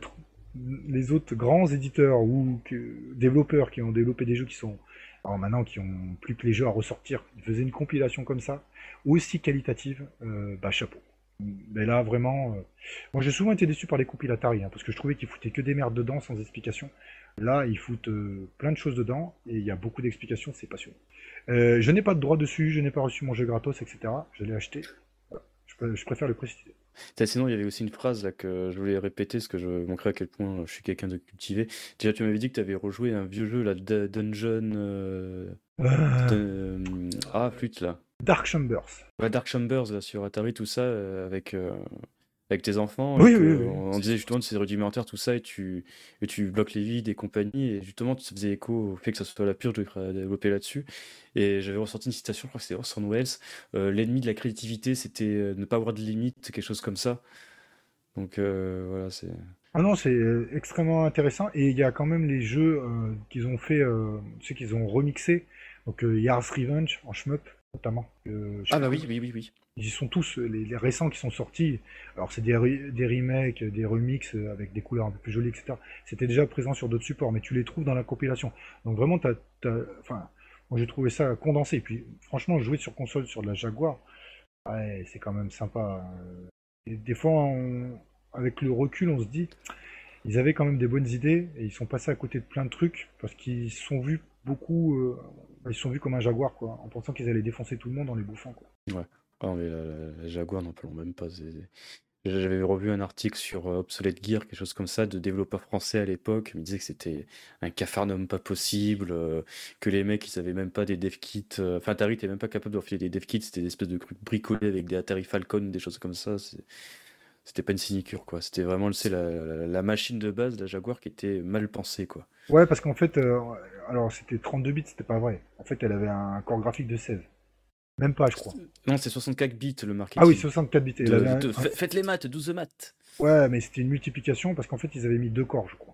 les autres grands éditeurs ou que- développeurs qui ont développé des jeux qui sont, alors maintenant qui ont plus que les jeux à ressortir, ils faisaient une compilation comme ça, aussi qualitative, euh, bah chapeau. Mais là vraiment, euh, moi j'ai souvent été déçu par les compiles Atari, hein, parce que je trouvais qu'ils foutaient que des merdes dedans sans explication. Là, ils foutent euh, plein de choses dedans et il y a beaucoup d'explications, c'est passionnant. Euh, je n'ai pas de droit dessus, je n'ai pas reçu mon jeu gratos, et cetera. Je l'ai acheté. Voilà. Je, pr- je préfère le préciser. T'as- Sinon, il y avait aussi une phrase là que je voulais répéter, parce que je montrais à quel point je suis quelqu'un de cultivé. Déjà, tu m'avais dit que tu avais rejoué un vieux jeu, là, de Dungeon. euh, Euh, de- Ah, flûte, là. Dark Chambers. Ouais, Dark Chambers, là, sur Atari, tout ça, euh, avec, euh, avec tes enfants, et Oui, que oui, oui. on disait justement que c'est rudimentaire, tout ça, et tu, et tu bloques les vides et compagnie, et justement, ça faisait écho au fait que ça soit la purge de développer là-dessus. Et j'avais ressorti une citation, je crois que c'était Orson Welles, euh, l'ennemi de la créativité, c'était euh, ne pas avoir de limite, quelque chose comme ça. Donc euh, voilà, c'est. Ah non, c'est euh, extrêmement intéressant. Et il y a quand même les jeux euh, qu'ils ont fait, euh, tu sais, qu'ils ont remixé. Donc euh, Yars' Revenge en shmup, notamment. Euh, je sais Ah plus bah comment- oui, oui, oui, oui. Ils y sont tous, euh, les, les récents qui sont sortis. Alors c'est des, re- des remakes, des remixes euh, avec des couleurs un peu plus jolies, et cetera. C'était déjà présent sur d'autres supports, mais tu les trouves dans la compilation. Donc vraiment, t'as, t'as- enfin, moi j'ai trouvé ça condensé. Et puis franchement, jouer sur console sur de la Jaguar, ouais, c'est quand même sympa. Et des fois, on- avec le recul, on se dit, ils avaient quand même des bonnes idées et ils sont passés à côté de plein de trucs parce qu'ils se sont vus beaucoup, euh, ils se sont vus comme un jaguar quoi, en pensant qu'ils allaient défoncer tout le monde en les bouffant quoi. Ouais. Ah non, mais la, la- la Jaguar, n'en parlons même pas. c'est- J'avais revu un article sur euh, Obsolete Gear, quelque chose comme ça, de développeurs français à l'époque. Ils me disaient que c'était un capharnaüm pas possible, euh, que les mecs, ils avaient même pas des dev kits. euh, Enfin, Atari était même pas capable de refiler des dev kits, c'était des espèces de trucs bricolés avec des Atari Falcon, des choses comme ça. c'est- C'était pas une sinécure, quoi. C'était vraiment, c'est la, la, la machine de base, la Jaguar, qui était mal pensée, quoi. Ouais, parce qu'en fait, euh, alors c'était trente-deux bits, c'était pas vrai. En fait, elle avait un corps graphique de seize. Même pas, je crois. Non, c'est soixante-quatre bits le Ah oui, marketing. soixante-quatre bits. Elle De, avait un- de- un- fa- Faites les maths, douze maths. Ouais, mais c'était une multiplication parce qu'en fait, ils avaient mis deux corps, je crois.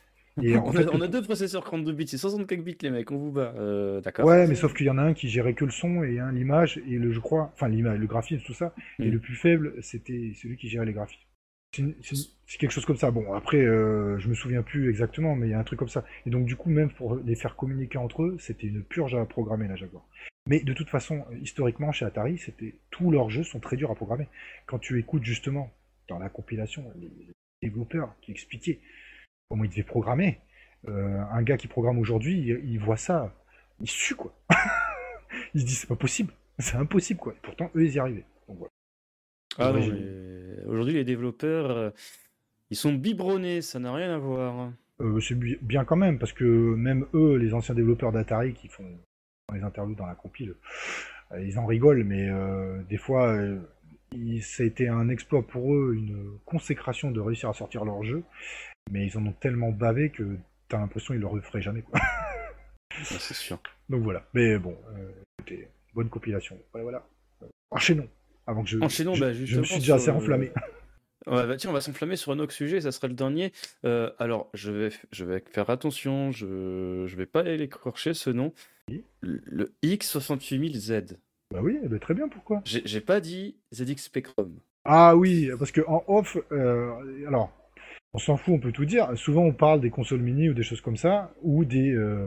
Et en On a, fait, on a deux processeurs trente-deux bits, c'est soixante-quatre bits, les mecs, on vous bat. Euh, d'accord. ouais, mais sauf qu'il y en a un qui gérait que le son et un l'image et le, je crois, enfin l'image, le graphisme, tout ça. Et Hmm. le plus faible, c'était celui qui gérait les graphismes. C'est une- c'est une- c'est quelque chose comme ça. Bon, après, euh, je me souviens plus exactement, mais il y a un truc comme ça. Et donc, du coup, même pour les faire communiquer entre eux, c'était une purge à programmer, la Jaguar. Mais de toute façon, euh, historiquement, chez Atari, c'était tous leurs jeux sont très durs à programmer. Quand tu écoutes justement dans la compilation les les développeurs qui expliquaient comment ils devaient programmer, euh, un gars qui programme aujourd'hui, il, il voit ça, il sue quoi. Il se dit c'est pas possible, c'est impossible quoi. Et pourtant, eux, ils y arrivaient. Donc voilà. Ah Ouais, non, j'ai- mais aujourd'hui, les développeurs, euh, ils sont biberonnés, ça n'a rien à voir. Euh, c'est bi- bien quand même, parce que même eux, les anciens développeurs d'Atari qui font les interviews dans la compile, euh, ils en rigolent, mais euh, des fois, euh, il- ça a été un exploit pour eux, une consécration de réussir à sortir leur jeu, mais ils en ont tellement bavé que t'as l'impression qu'ils le referaient jamais, quoi. Ah, c'est sûr. Donc voilà. Mais bon, euh, écoutez, bonne compilation. Voilà, voilà. Enchaînons. Avant que je, Enchaînons, je, bah, je me justement suis déjà assez sur le- enflammé. Ouais, bah, tiens, on va s'enflammer sur un autre sujet, ça sera le dernier. Euh, alors, je vais, f- je vais faire attention, je, je vais pas écorcher ce nom. Oui. Le, le X soixante-huit mille Z. Bah oui, eh ben, très bien, pourquoi? J'ai j'ai pas dit Z X Spectrum. Ah oui, parce que en off, euh, alors, on s'en fout, on peut tout dire. Souvent, on parle des consoles mini ou des choses comme ça, ou des, euh,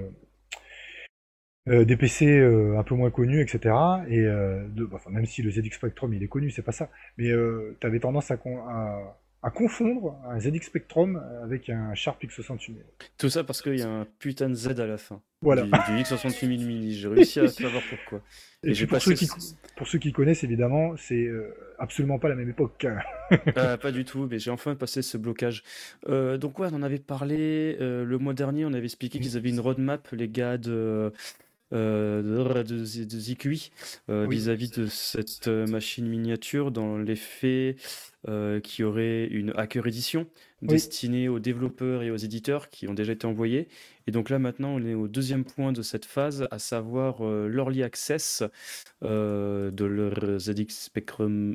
euh, des P C euh, un peu moins connus, et cetera. Et euh, de- enfin, même si le Z X Spectrum il est connu, c'est pas ça. Mais euh, t'avais tendance à, con- à, à confondre un Z X Spectrum avec un Sharp X soixante-huit mille. Tout ça parce qu'il y a un putain de Z à la fin. Voilà. Du, du X soixante-huit mille mini. J'ai réussi à savoir pourquoi. Et, Et puis j'ai pour, passé. ceux qui, pour ceux qui connaissent, évidemment, c'est euh, absolument pas la même époque. Ah, pas du tout, mais j'ai enfin passé ce blocage. Euh, donc ouais, on en avait parlé euh, le mois dernier, on avait expliqué qu'ils avaient une roadmap, les gars de, euh, de, de, Z- de Z Q I, euh, Oui. vis-à-vis de cette euh, machine miniature, dans les faits, euh, qui aurait une Hacker Edition Oui. destinée aux développeurs et aux éditeurs qui ont déjà été envoyés. Et donc là maintenant, on est au deuxième point de cette phase, à savoir euh, l'Early Access euh, de leur Z X Spectrum.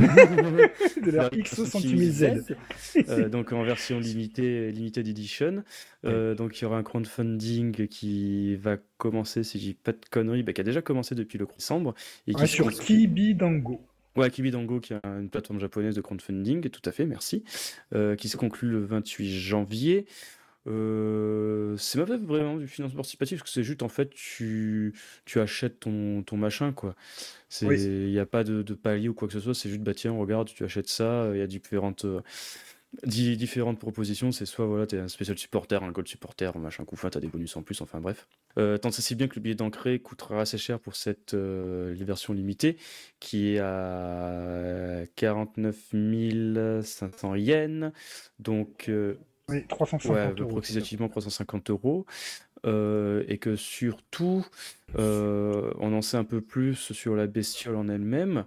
de leur X soixante-huit mille Z. Euh, donc en version limitée, limited edition. Euh, donc il y aura un crowdfunding qui va commencer, si je dis pas de conneries, bah, qui a déjà commencé depuis le décembre et qui Ouais, se sur construit- Kibidango. Ouais, Kibidango, qui est un- une plateforme japonaise de crowdfunding, tout à fait, merci, euh, qui se conclut le vingt-huit janvier. Euh, c'est pas vraiment du financement participatif, parce que c'est juste en fait tu, tu achètes ton, ton machin, quoi. C'est, Oui. il n'y a pas de, de palier ou quoi que ce soit, c'est juste bah tiens, regarde, tu achètes ça, il y a différentes, euh, di- différentes propositions, c'est soit voilà, t'es un spécial supporter, un gold supporter, machin coup, enfin t'as des bonus en plus, enfin bref. Euh, tant c'est si bien que le billet d'entrée coûtera assez cher pour cette euh, version limitée, qui est à quarante-neuf mille cinq cents yens, donc euh, Oui, ouais, trois cent cinquante euros tout à fait. approximativement trois cent cinquante euros, euh, et que surtout, euh, on en sait un peu plus sur la bestiole en elle-même,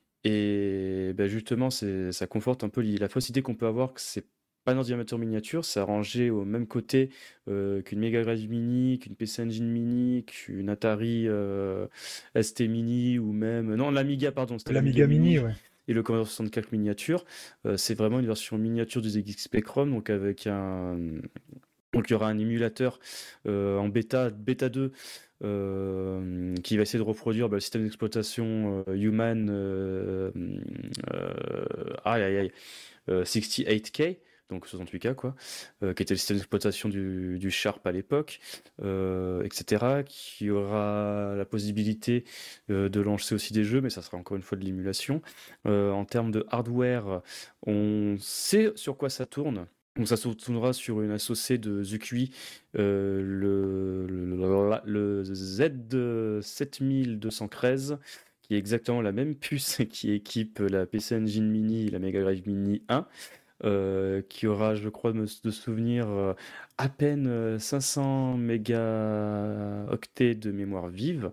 et ben justement, c'est, ça conforte un peu l'i- la fausse idée qu'on peut avoir que c'est pas un ordinateur miniature, c'est rangé au même côté euh, qu'une Mega Drive Mini, qu'une P C Engine Mini, qu'une Atari euh, S T Mini, ou même... Non, l'Amiga, pardon, c'était l'Amiga L'Amiga Mini, Mini ouais. et le Commodore soixante-quatre miniature. Euh, c'est vraiment une version miniature du Z X Spectrum, donc avec un... Donc il y aura un émulateur euh, en bêta, bêta deux, euh, qui va essayer de reproduire bah, le système d'exploitation euh, Human euh, euh, aïe, aïe, aïe, euh, soixante-huit K, donc soixante-huit K quoi, euh, qui était le système d'exploitation du, du Sharp à l'époque, euh, et cetera. Qui aura la possibilité euh, de lancer aussi des jeux, mais ça sera encore une fois de l'émulation. Euh, en termes de hardware, on sait sur quoi ça tourne. Donc ça se tournera sur une associée de Zukui, euh, le, le, le Z sept mille deux cent treize, qui est exactement la même puce qui équipe la P C Engine Mini et la Mega Drive Mini un, euh, qui aura, je crois, me- de souvenir, euh, à peine euh, cinq cents mégaoctets de mémoire vive.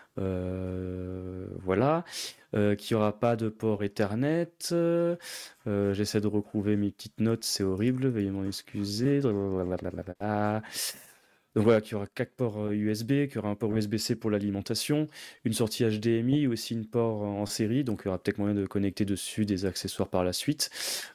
Euh, voilà, euh, qu'il n'y aura pas de port Ethernet. Euh, j'essaie de retrouver mes petites notes, c'est horrible, veuillez m'en excuser. Blablabla. Donc voilà, qu'il y aura quatre ports euh, U S B, qu'il y aura un port U S B-C pour l'alimentation, une sortie H D M I, aussi une port en série, donc il y aura peut-être moyen de connecter dessus des accessoires par la suite,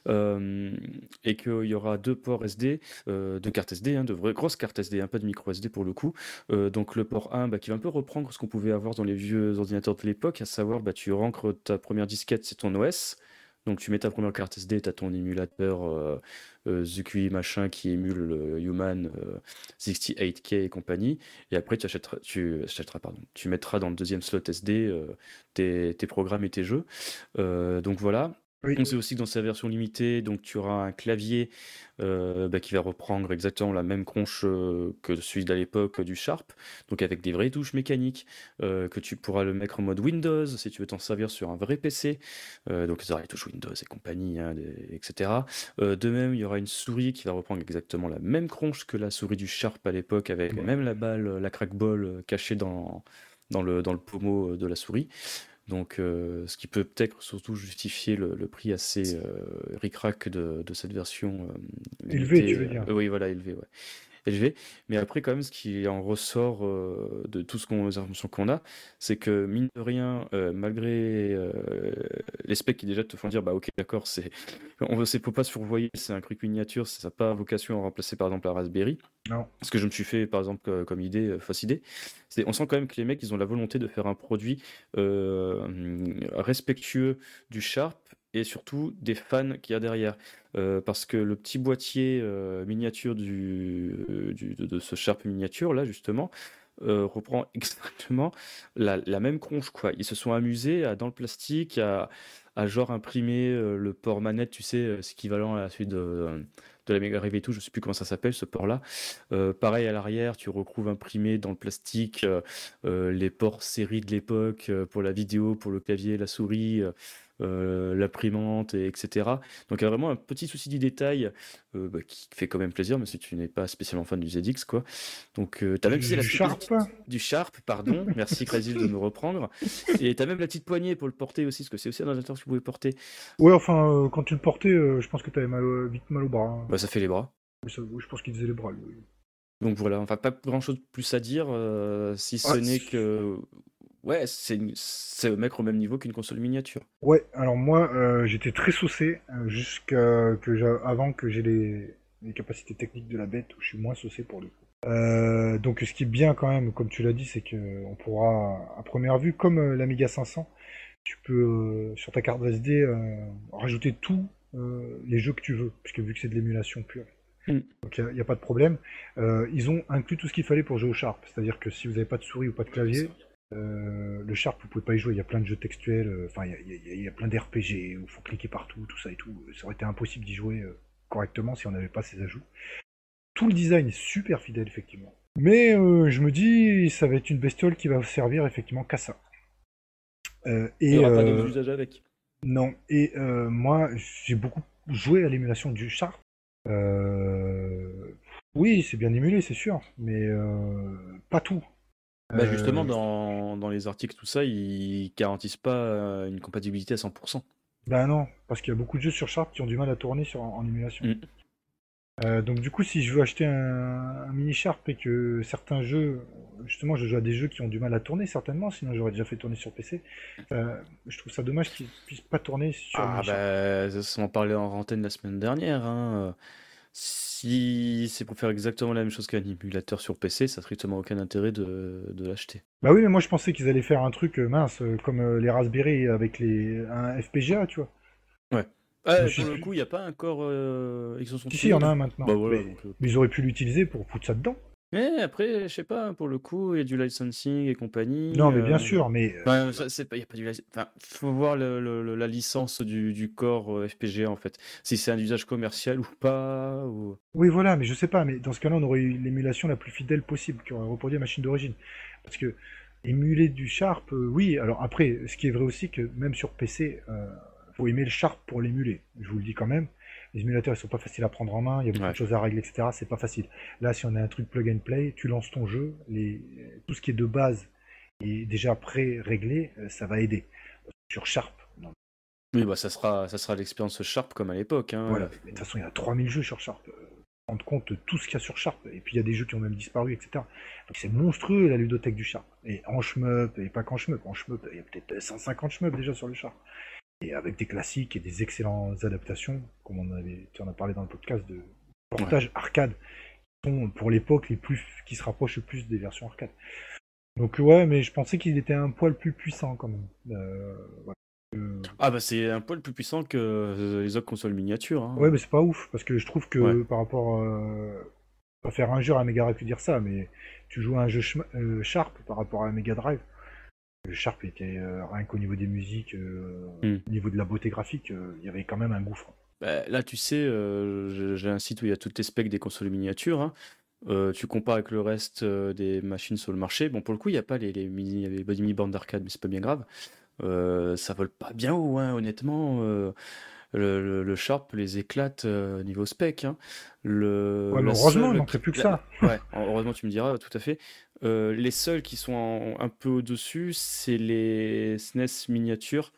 euh, et qu'il y aura deux ports S D, euh, deux cartes S D, hein, de vraies grosses cartes S D, un peu de micro S D pour le coup. Euh, donc le port un, bah, qui va un peu reprendre ce qu'on pouvait avoir dans les vieux ordinateurs de l'époque, à savoir bah, tu rancres ta première disquette, c'est ton O S. Donc tu mets ta première carte S D, tu as ton émulateur euh, euh, Zukui machin qui émule le Human euh, soixante-huit K et compagnie. Et après tu achèteras, tu achèteras, pardon, tu mettras dans le deuxième slot S D euh, tes, tes programmes et tes jeux. Euh, donc voilà. Oui. On sait aussi que dans sa version limitée, donc tu auras un clavier euh, bah, qui va reprendre exactement la même tronche euh, que celui d'à l'époque euh, du Sharp, donc avec des vraies touches mécaniques, euh, que tu pourras le mettre en mode Windows si tu veux t'en servir sur un vrai P C, euh, donc ça aura les touches Windows et compagnie, hein, des- et cetera. Euh, de même, il y aura une souris qui va reprendre exactement la même tronche que la souris du Sharp à l'époque, avec même la balle, la crackball euh, cachée dans, dans le, dans le pommeau euh, de la souris. Donc, euh, ce qui peut peut-être surtout justifier le, le prix assez euh, ric-rac de, de cette version euh, Élevé, tu limitée. veux dire. Euh, oui, voilà, élevée, ouais. Élevé. Mais après, quand même, ce qui en ressort euh, de tout ce qu'on, les informations qu'on a, c'est que, mine de rien, euh, malgré euh, les specs qui déjà te font dire, bah ok, d'accord, c'est, on ne faut pas se fourvoyer, c'est un truc miniature, ça n'a pas vocation à remplacer par exemple la Raspberry. Non. Ce que je me suis fait, par exemple, euh, comme idée, euh, fausse idée, c'est, on sent quand même que les mecs, ils ont la volonté de faire un produit euh, respectueux du Sharp et surtout des fans qu'il y a derrière. Euh, parce que le petit boîtier euh, miniature du, euh, du- de, de ce Sharp miniature, là, justement, euh, reprend exactement la, la même tronche, quoi. Ils se sont amusés à, dans le plastique, à, à genre imprimer euh, le port manette, tu sais, euh, c'est équivalent à la suite de, de la Mega Drive et tout, je sais plus comment ça s'appelle, ce port-là. Euh, pareil à l'arrière, tu retrouves imprimé dans le plastique euh, euh, les ports série de l'époque euh, pour la vidéo, pour le clavier, la souris, euh, euh, l'imprimante, et etc. Donc il y a vraiment un petit souci du détail euh, bah, qui fait quand même plaisir, mais si tu n'es pas spécialement fan du Z X, quoi. Donc euh, t'as même tu sais, la Du petite, la Sharp. petite- du Sharp, pardon, merci Crazy de me reprendre. Et t'as même la petite poignée pour le porter aussi, parce que c'est aussi un ordinateur que tu pouvais porter. Ouais, enfin, euh, quand tu le portais, euh, je pense que t'avais mal, au- vite mal au bras, hein. Bah ça fait les bras. Oui, ça- oui, je pense qu'il faisait les bras, lui. Donc voilà, enfin pas grand-chose de plus à dire, euh, si ce Ouais, n'est que ouais, c'est une- c'est au mettre au même niveau qu'une console miniature. ouais, alors moi, euh, j'étais très saucé euh, jusqu'à que j'a- avant que j'ai les... les capacités techniques de la bête, où je suis moins saucé pour le coup. Euh, donc ce qui est bien quand même, comme tu l'as dit, c'est que on pourra, à première vue, comme euh, l'Amiga cinq cents, tu peux, euh, sur ta carte S D, euh, rajouter tous euh, les jeux que tu veux, puisque vu que c'est de l'émulation pure. Mm. Donc il n'y a, a pas de problème. Euh, ils ont inclus tout ce qu'il fallait pour jouer au Sharp. C'est-à-dire que si vous n'avez pas de souris ou pas de clavier, euh, le Sharp, vous pouvez pas y jouer. Il y a plein de jeux textuels, enfin, il y, y, y, a plein d'R P G où il faut cliquer partout, tout ça et tout. Ça aurait été impossible d'y jouer euh, correctement si on n'avait pas ces ajouts. Tout le design est super fidèle, effectivement. Mais euh, je me dis, ça va être une bestiole qui va servir effectivement qu'à ça. Euh, et, Il n'y aura euh, pas d'autres usages avec. Non, et euh, moi, j'ai beaucoup joué à l'émulation du Sharp. Euh... Oui, c'est bien émulé, c'est sûr, mais euh, pas tout. Bah justement, Euh, dans, dans les articles, tout ça, ils garantissent pas euh, une compatibilité à cent pour cent. Bah non, parce qu'il y a beaucoup de jeux sur Sharp qui ont du mal à tourner sur, en émulation. Mm. Euh, donc du coup, si je veux acheter un, un mini Sharp et que certains jeux, justement, je joue à des jeux qui ont du mal à tourner, certainement, sinon j'aurais déjà fait tourner sur P C, euh, je trouve ça dommage qu'ils puissent pas tourner sur Ah mini Sharp. bah, ça, on en parlait en antenne la semaine dernière. Hein. Si c'est pour faire exactement la même chose qu'un émulateur sur P C, ça n'a strictement aucun intérêt de, de l'acheter. Bah oui, mais moi je pensais qu'ils allaient faire un truc euh, mince, euh, comme euh, les Raspberry avec les un F P G A, tu vois. Ouais. Je Ah, me pour suis le dit- coup, il n'y a pas encore euh, ils se sont Si, si, il y en a un dessus. maintenant. Bah voilà, mais, donc, euh, mais ils auraient pu l'utiliser pour foutre ça dedans. Mais après, je sais pas, pour le coup, il y a du licensing et compagnie. Non, mais bien euh, sûr, mais euh, Enfin, ça, c'est pas, y a pas du lic- enfin, faut voir le- le- le- la licence du, du corps euh, F P G A en fait. Si c'est un usage commercial ou pas. Ou... oui, voilà, mais je sais pas, mais dans ce cas-là, on aurait eu l'émulation la plus fidèle possible, qui aurait reproduit la machine d'origine. Parce que émuler du Sharp, euh, oui, alors après, ce qui est vrai aussi que même sur P C, euh, faut aimer le Sharp pour l'émuler. Je vous le dis quand même. Les émulateurs, ils sont pas faciles à prendre en main, il y a beaucoup Ouais. de choses à régler, et cetera. C'est pas facile. Là, si on a un truc plug and play, tu lances ton jeu, les... tout ce qui est de base est déjà pré-réglé, euh, ça va aider. Sur Sharp, non. Oui, bah ça sera, ça sera l'expérience Sharp comme à l'époque. Hein. Voilà. Mais de toute façon, il y a trois mille jeux sur Sharp. Euh, rendre compte de tout ce qu'il y a sur Sharp. Et puis il y a des jeux qui ont même disparu, et cetera. Donc c'est monstrueux la ludothèque du Sharp. Et en shmup, et pas qu'en shmup. En shmup, il y a peut-être cent cinquante shmup déjà sur le Sharp. Et avec des classiques et des excellentes adaptations, comme on avait, tu en as parlé dans le podcast de portage ouais. arcade, qui sont pour l'époque les plus, qui se rapprochent le plus des versions arcade. Donc ouais, mais je pensais qu'il était un poil plus puissant quand même. Euh, ouais. Euh... Ah bah c'est un poil plus puissant que les autres consoles miniatures. Hein. Ouais, mais c'est pas ouf, parce que je trouve que ouais. par rapport... Euh... Pas faire un jeu à Mega Drive pu dire ça, mais tu joues à un jeu euh, Sharp par rapport à Mega Drive. Le Sharp était, euh, rien qu'au niveau des musiques, euh, mm. au niveau de la beauté graphique, il euh, y avait quand même un gouffre. Bah, là, tu sais, euh, j'ai un site où il y a toutes les specs des consoles miniatures. Hein. Euh, tu compares avec le reste euh, des machines sur le marché. Bon, pour le coup, il n'y a pas les, les mini, les mini bornes d'arcade, mais c'est pas bien grave. Euh, ça vole pas bien haut, hein, honnêtement. Euh, le, le, le Sharp les éclate euh, niveau spec. Hein. Le, ouais, mais heureusement, il manquerait plus que la, ça. Ouais, heureusement, tu me diras, tout à fait. Euh, les seuls qui sont en, un peu au-dessus, c'est les S N E S miniatures.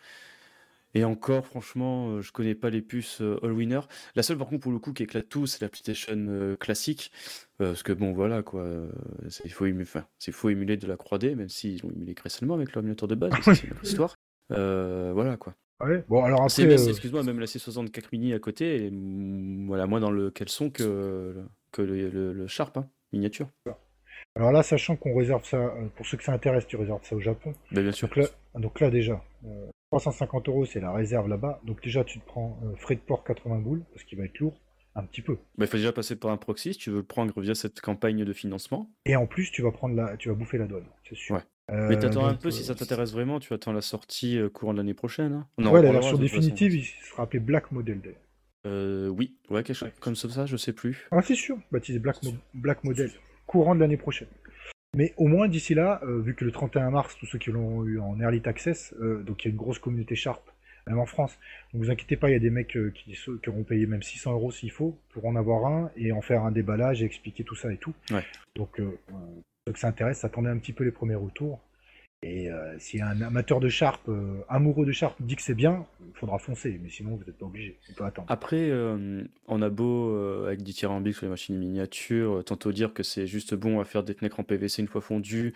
Et encore, franchement, euh, je connais pas les puces euh, All-Winner. La seule, par contre, pour le coup, qui éclate tout, c'est la PlayStation euh, classique. Euh, parce que bon, voilà, quoi. Euh, il faut, ému... enfin, faut émuler de la trois D, même s'ils ont émulé récemment avec l'ordinateur de base. C'est une autre histoire. Euh, voilà, quoi. Ouais. Bon, alors après, euh... excuse-moi, même la C soixante-quatre mini à côté, est, voilà, moins dans le caleçon que, que le, le, le Sharp, hein, miniature. Alors là, sachant qu'on réserve ça, pour ceux que ça intéresse, tu réserves ça au Japon. Ben, bien sûr. Donc là, donc là déjà, euh, trois cent cinquante euros, c'est la réserve là-bas. Donc déjà, tu te prends euh, frais de port quatre-vingts boules, parce qu'il va être lourd, un petit peu. Ben, il faut déjà passer par un proxy si tu veux le prendre via cette campagne de financement. Et en plus, tu vas prendre la, tu vas bouffer la douane, c'est sûr. Ouais. Euh, Mais t'attends donc, un peu, si ça t'intéresse vraiment, tu attends la sortie euh, courant de l'année prochaine. Hein. On ouais, la version définitive, façon. Il sera appelé Black Model d'ailleurs. Euh, oui, ouais, quelque chose ouais. comme ça, je sais plus. Ah, c'est sûr, baptisé Black, Mo Black Model, courant de l'année prochaine. Mais au moins d'ici là, euh, vu que le trente et un mars, tous ceux qui l'ont eu en Early Access, euh, donc il y a une grosse communauté Sharp, même en France. Donc vous inquiétez pas, il y a des mecs euh, qui, qui auront payé même six cents euros s'il faut, pour en avoir un, et en faire un déballage et expliquer tout ça et tout. Ouais. Donc, euh, ceux que ça intéresse, attendez un petit peu les premiers retours. Et euh, si un amateur de Sharp, euh, amoureux de Sharp, dit que c'est bien, il faudra foncer, mais sinon vous n'êtes pas obligé, on peut attendre. Après, euh, on a beau, euh, avec dithyrambique sur les machines miniatures, tantôt dire que c'est juste bon à faire des fenêtres en P V C une fois fondues,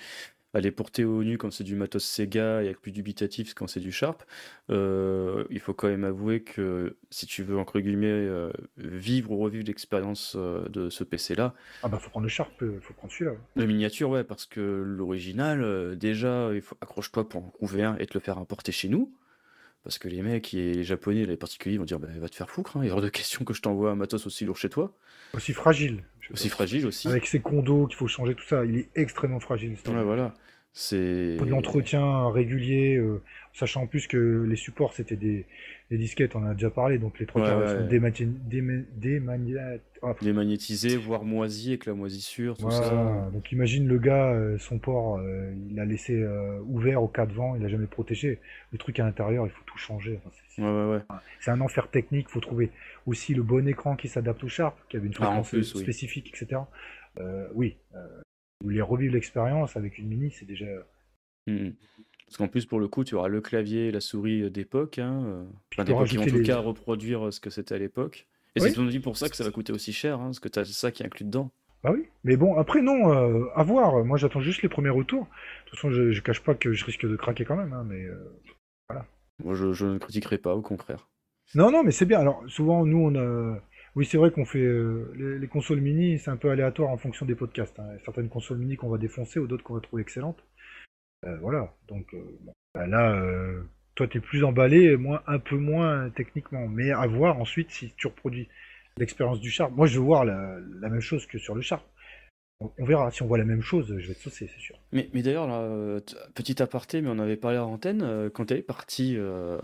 à les porter au nu quand c'est du matos Sega et avec plus dubitatif quand c'est du Sharp, euh, il faut quand même avouer que si tu veux, entre guillemets, euh, vivre ou revivre l'expérience euh, de ce P C-là, Ah bah faut prendre le Sharp, euh, faut prendre celui-là. le miniature, ouais, parce que l'original, euh, déjà, il faut accroche-toi pour en trouver un et te le faire importer chez nous. Parce que les mecs, et les japonais, les particuliers vont dire bah, va te faire foutre, hein, il y a hors de question que je t'envoie un matos aussi lourd chez toi, Aussi fragile. Je sais pas. aussi fragile aussi. Avec ses condos qu'il faut changer, tout ça, il est extrêmement fragile. cet Ouais, ordinateur. voilà. C'est. Il faut de l'entretien régulier, euh, sachant en plus que les supports c'était des, des disquettes, on en a déjà parlé, donc les trois Ouais, quarts ouais. sont démati- déma- démania- ah, pff, Démagnétisé, voire moisi avec la moisissure, tout ça. voilà. Donc imagine le gars, euh, son port, euh, il a laissé euh, ouvert au cas de vent, il a jamais protégé. Le truc à l'intérieur, il faut tout changer. Enfin, c'est- Ouais, ouais, ouais. c'est un enfer technique, il faut trouver aussi le bon écran qui s'adapte au Sharp, qui avait une Ah, en fréquence plus, oui. spécifique, et cetera. Euh, oui, euh, vous voulez revivre l'expérience avec une mini, c'est déjà... Mhm. Parce qu'en plus, pour le coup, tu auras le clavier et la souris d'époque, hein, euh, Puis enfin tu peux d'époque qui vont en rajouter tout les... cas reproduire ce que c'était à l'époque. Et Oui. c'est dit pour ça que ça va coûter aussi cher, hein, parce que t'as ça qui est inclus dedans. Bah oui, mais bon, après non, euh, à voir. Moi j'attends juste les premiers retours. De toute façon, je, je cache pas que je risque de craquer quand même, hein, mais... euh, Moi, je, je ne critiquerai pas, au contraire. Non, non, mais c'est bien. Alors, souvent, nous, on a... Oui, c'est vrai qu'on fait... euh, les, les consoles mini, c'est un peu aléatoire en fonction des podcasts, hein. Il y a certaines consoles mini qu'on va défoncer ou d'autres qu'on va trouver excellentes. Euh, voilà, donc euh, bon. Bah, là, euh, toi, t'es plus emballé, moi, un peu moins techniquement. Mais à voir ensuite si tu reproduis l'expérience du Sharp. Moi, je veux voir la, la même chose que sur le Sharp. On, on verra. Si on voit la même chose, je vais te saucer, c'est sûr. Mais, mais d'ailleurs, là, euh, t- petit aparté, mais on avait parlé à l'antenne, euh, quand elle est partie euh,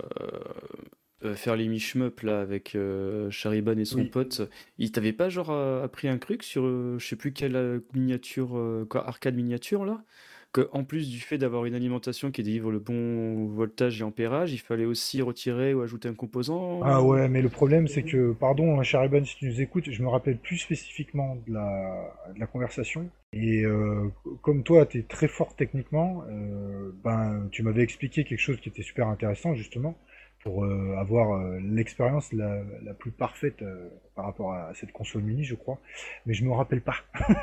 euh, faire les michmup là avec euh, Chariban et son Oui. pote, il t'avait pas genre euh, appris un truc sur euh, je sais plus quelle euh, miniature, euh, quoi, arcade miniature là? Que en plus du fait d'avoir une alimentation qui délivre le bon voltage et ampérage, il fallait aussi retirer ou ajouter un composant. Ah ouais, mais le problème, c'est que, pardon, cher Eban, si tu nous écoutes, je me rappelle plus spécifiquement de la, de la conversation. Et euh, comme toi, tu es très fort techniquement, euh, ben, tu m'avais expliqué quelque chose qui était super intéressant, justement, pour euh, avoir euh, l'expérience la, la plus parfaite euh, par rapport à cette console mini, je crois. Mais je me rappelle pas.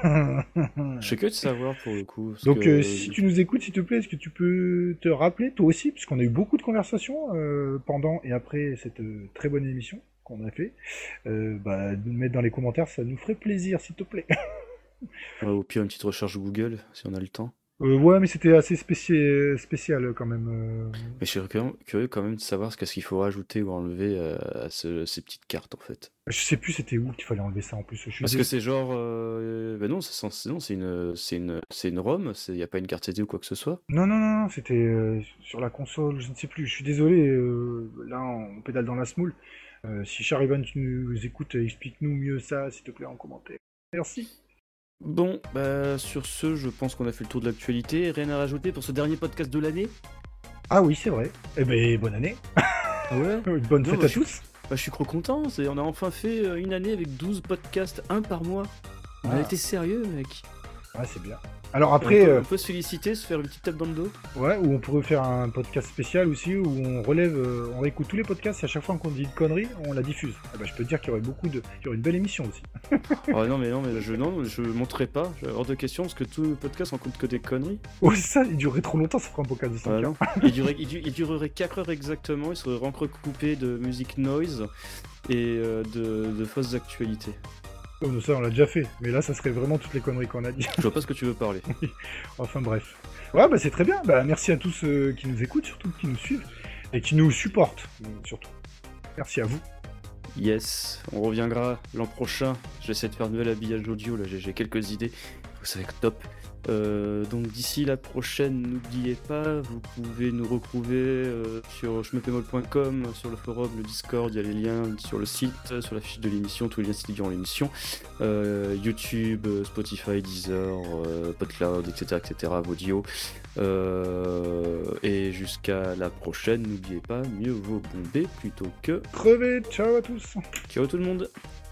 Je sais que de savoir pour le coup. Parce Donc, que... euh, si tu nous écoutes, s'il te plaît, est-ce que tu peux te rappeler, toi aussi, puisqu'on a eu beaucoup de conversations euh, pendant et après cette euh, très bonne émission qu'on a fait, euh, bah, de nous mettre dans les commentaires, ça nous ferait plaisir, s'il te plaît. Ouais, au pire, une petite recherche Google, si on a le temps. Euh, ouais, mais c'était assez spécial, spécial quand même. euh. Mais je suis curieux curieux quand même de savoir ce qu'est-ce qu'il faut rajouter ou enlever euh, à ce- ces petites cartes en fait. Je sais plus c'était où qu'il fallait enlever ça en plus. Je suis Parce que dé- c'est genre, euh, ben non, c'est censé- non, c'est une, c'est une, c'est une ROM, il n'y a pas une carte C D ou quoi que ce soit. Non, non, non, non, c'était euh, sur la console, je ne sais plus. Je suis désolé, euh, là on pédale dans la smoule. Euh, si Charivan, tu nous écoutes, explique-nous mieux ça, s'il te plaît, en commentaire. Merci. Bon, bah sur ce, je pense qu'on a fait le tour de l'actualité. Rien à rajouter pour ce dernier podcast de l'année? Ah oui, c'est vrai. Eh ben, bonne année. Ouais. Bonne Non, fête bah, à je- tous. Bah, je suis trop content, c'est- on a enfin fait euh, une année avec douze podcasts, un par mois. On a Ah. été sérieux, mec. Ah, c'est bien. Alors on, après, peut, euh, on peut se féliciter, se faire une petite tape dans le dos. ouais, ou on pourrait faire un podcast spécial aussi où on relève, euh, on réécoute tous les podcasts et à chaque fois qu'on dit une connerie, on la diffuse. Eh ben, je peux te dire qu'il y aurait beaucoup de, il y aurait une belle émission aussi. Oh non, mais non, mais je non, je monterai pas, j'ai hors de question parce que tout le podcast en compte que des conneries. Oh, ça, il durerait trop longtemps, ça ferait un podcast de cinq Ouais, heures. non. il, durerait, il, du- il durerait quatre heures exactement, il serait recoupé de musique noise et euh, de, de fausses actualités. Oh, mais ça, on l'a déjà fait. Mais là, ça serait vraiment toutes les conneries qu'on a dit. Je vois pas ce que tu veux parler. Enfin bref. Ouais, bah c'est très bien. Bah, merci à tous euh, qui nous écoutent, surtout qui nous suivent et qui nous supportent, euh, surtout. Merci à vous. Yes, on reviendra l'an prochain. J'essaie de faire un nouvel habillage audio, là j'ai j'ai quelques idées. Ça va être top. Euh, donc d'ici la prochaine, n'oubliez pas, vous pouvez nous retrouver euh, sur schmeupémol point com, sur le forum, le Discord, il y a les liens sur le site, sur la fiche de l'émission, tous les liens cités durant l'émission. Euh, YouTube, euh, Spotify, Deezer, euh, PodCloud, et cetera, et cetera, Audio. Euh, et jusqu'à la prochaine, n'oubliez pas, mieux vaut bomber plutôt que... Crevez, ciao à tous. Ciao tout le monde!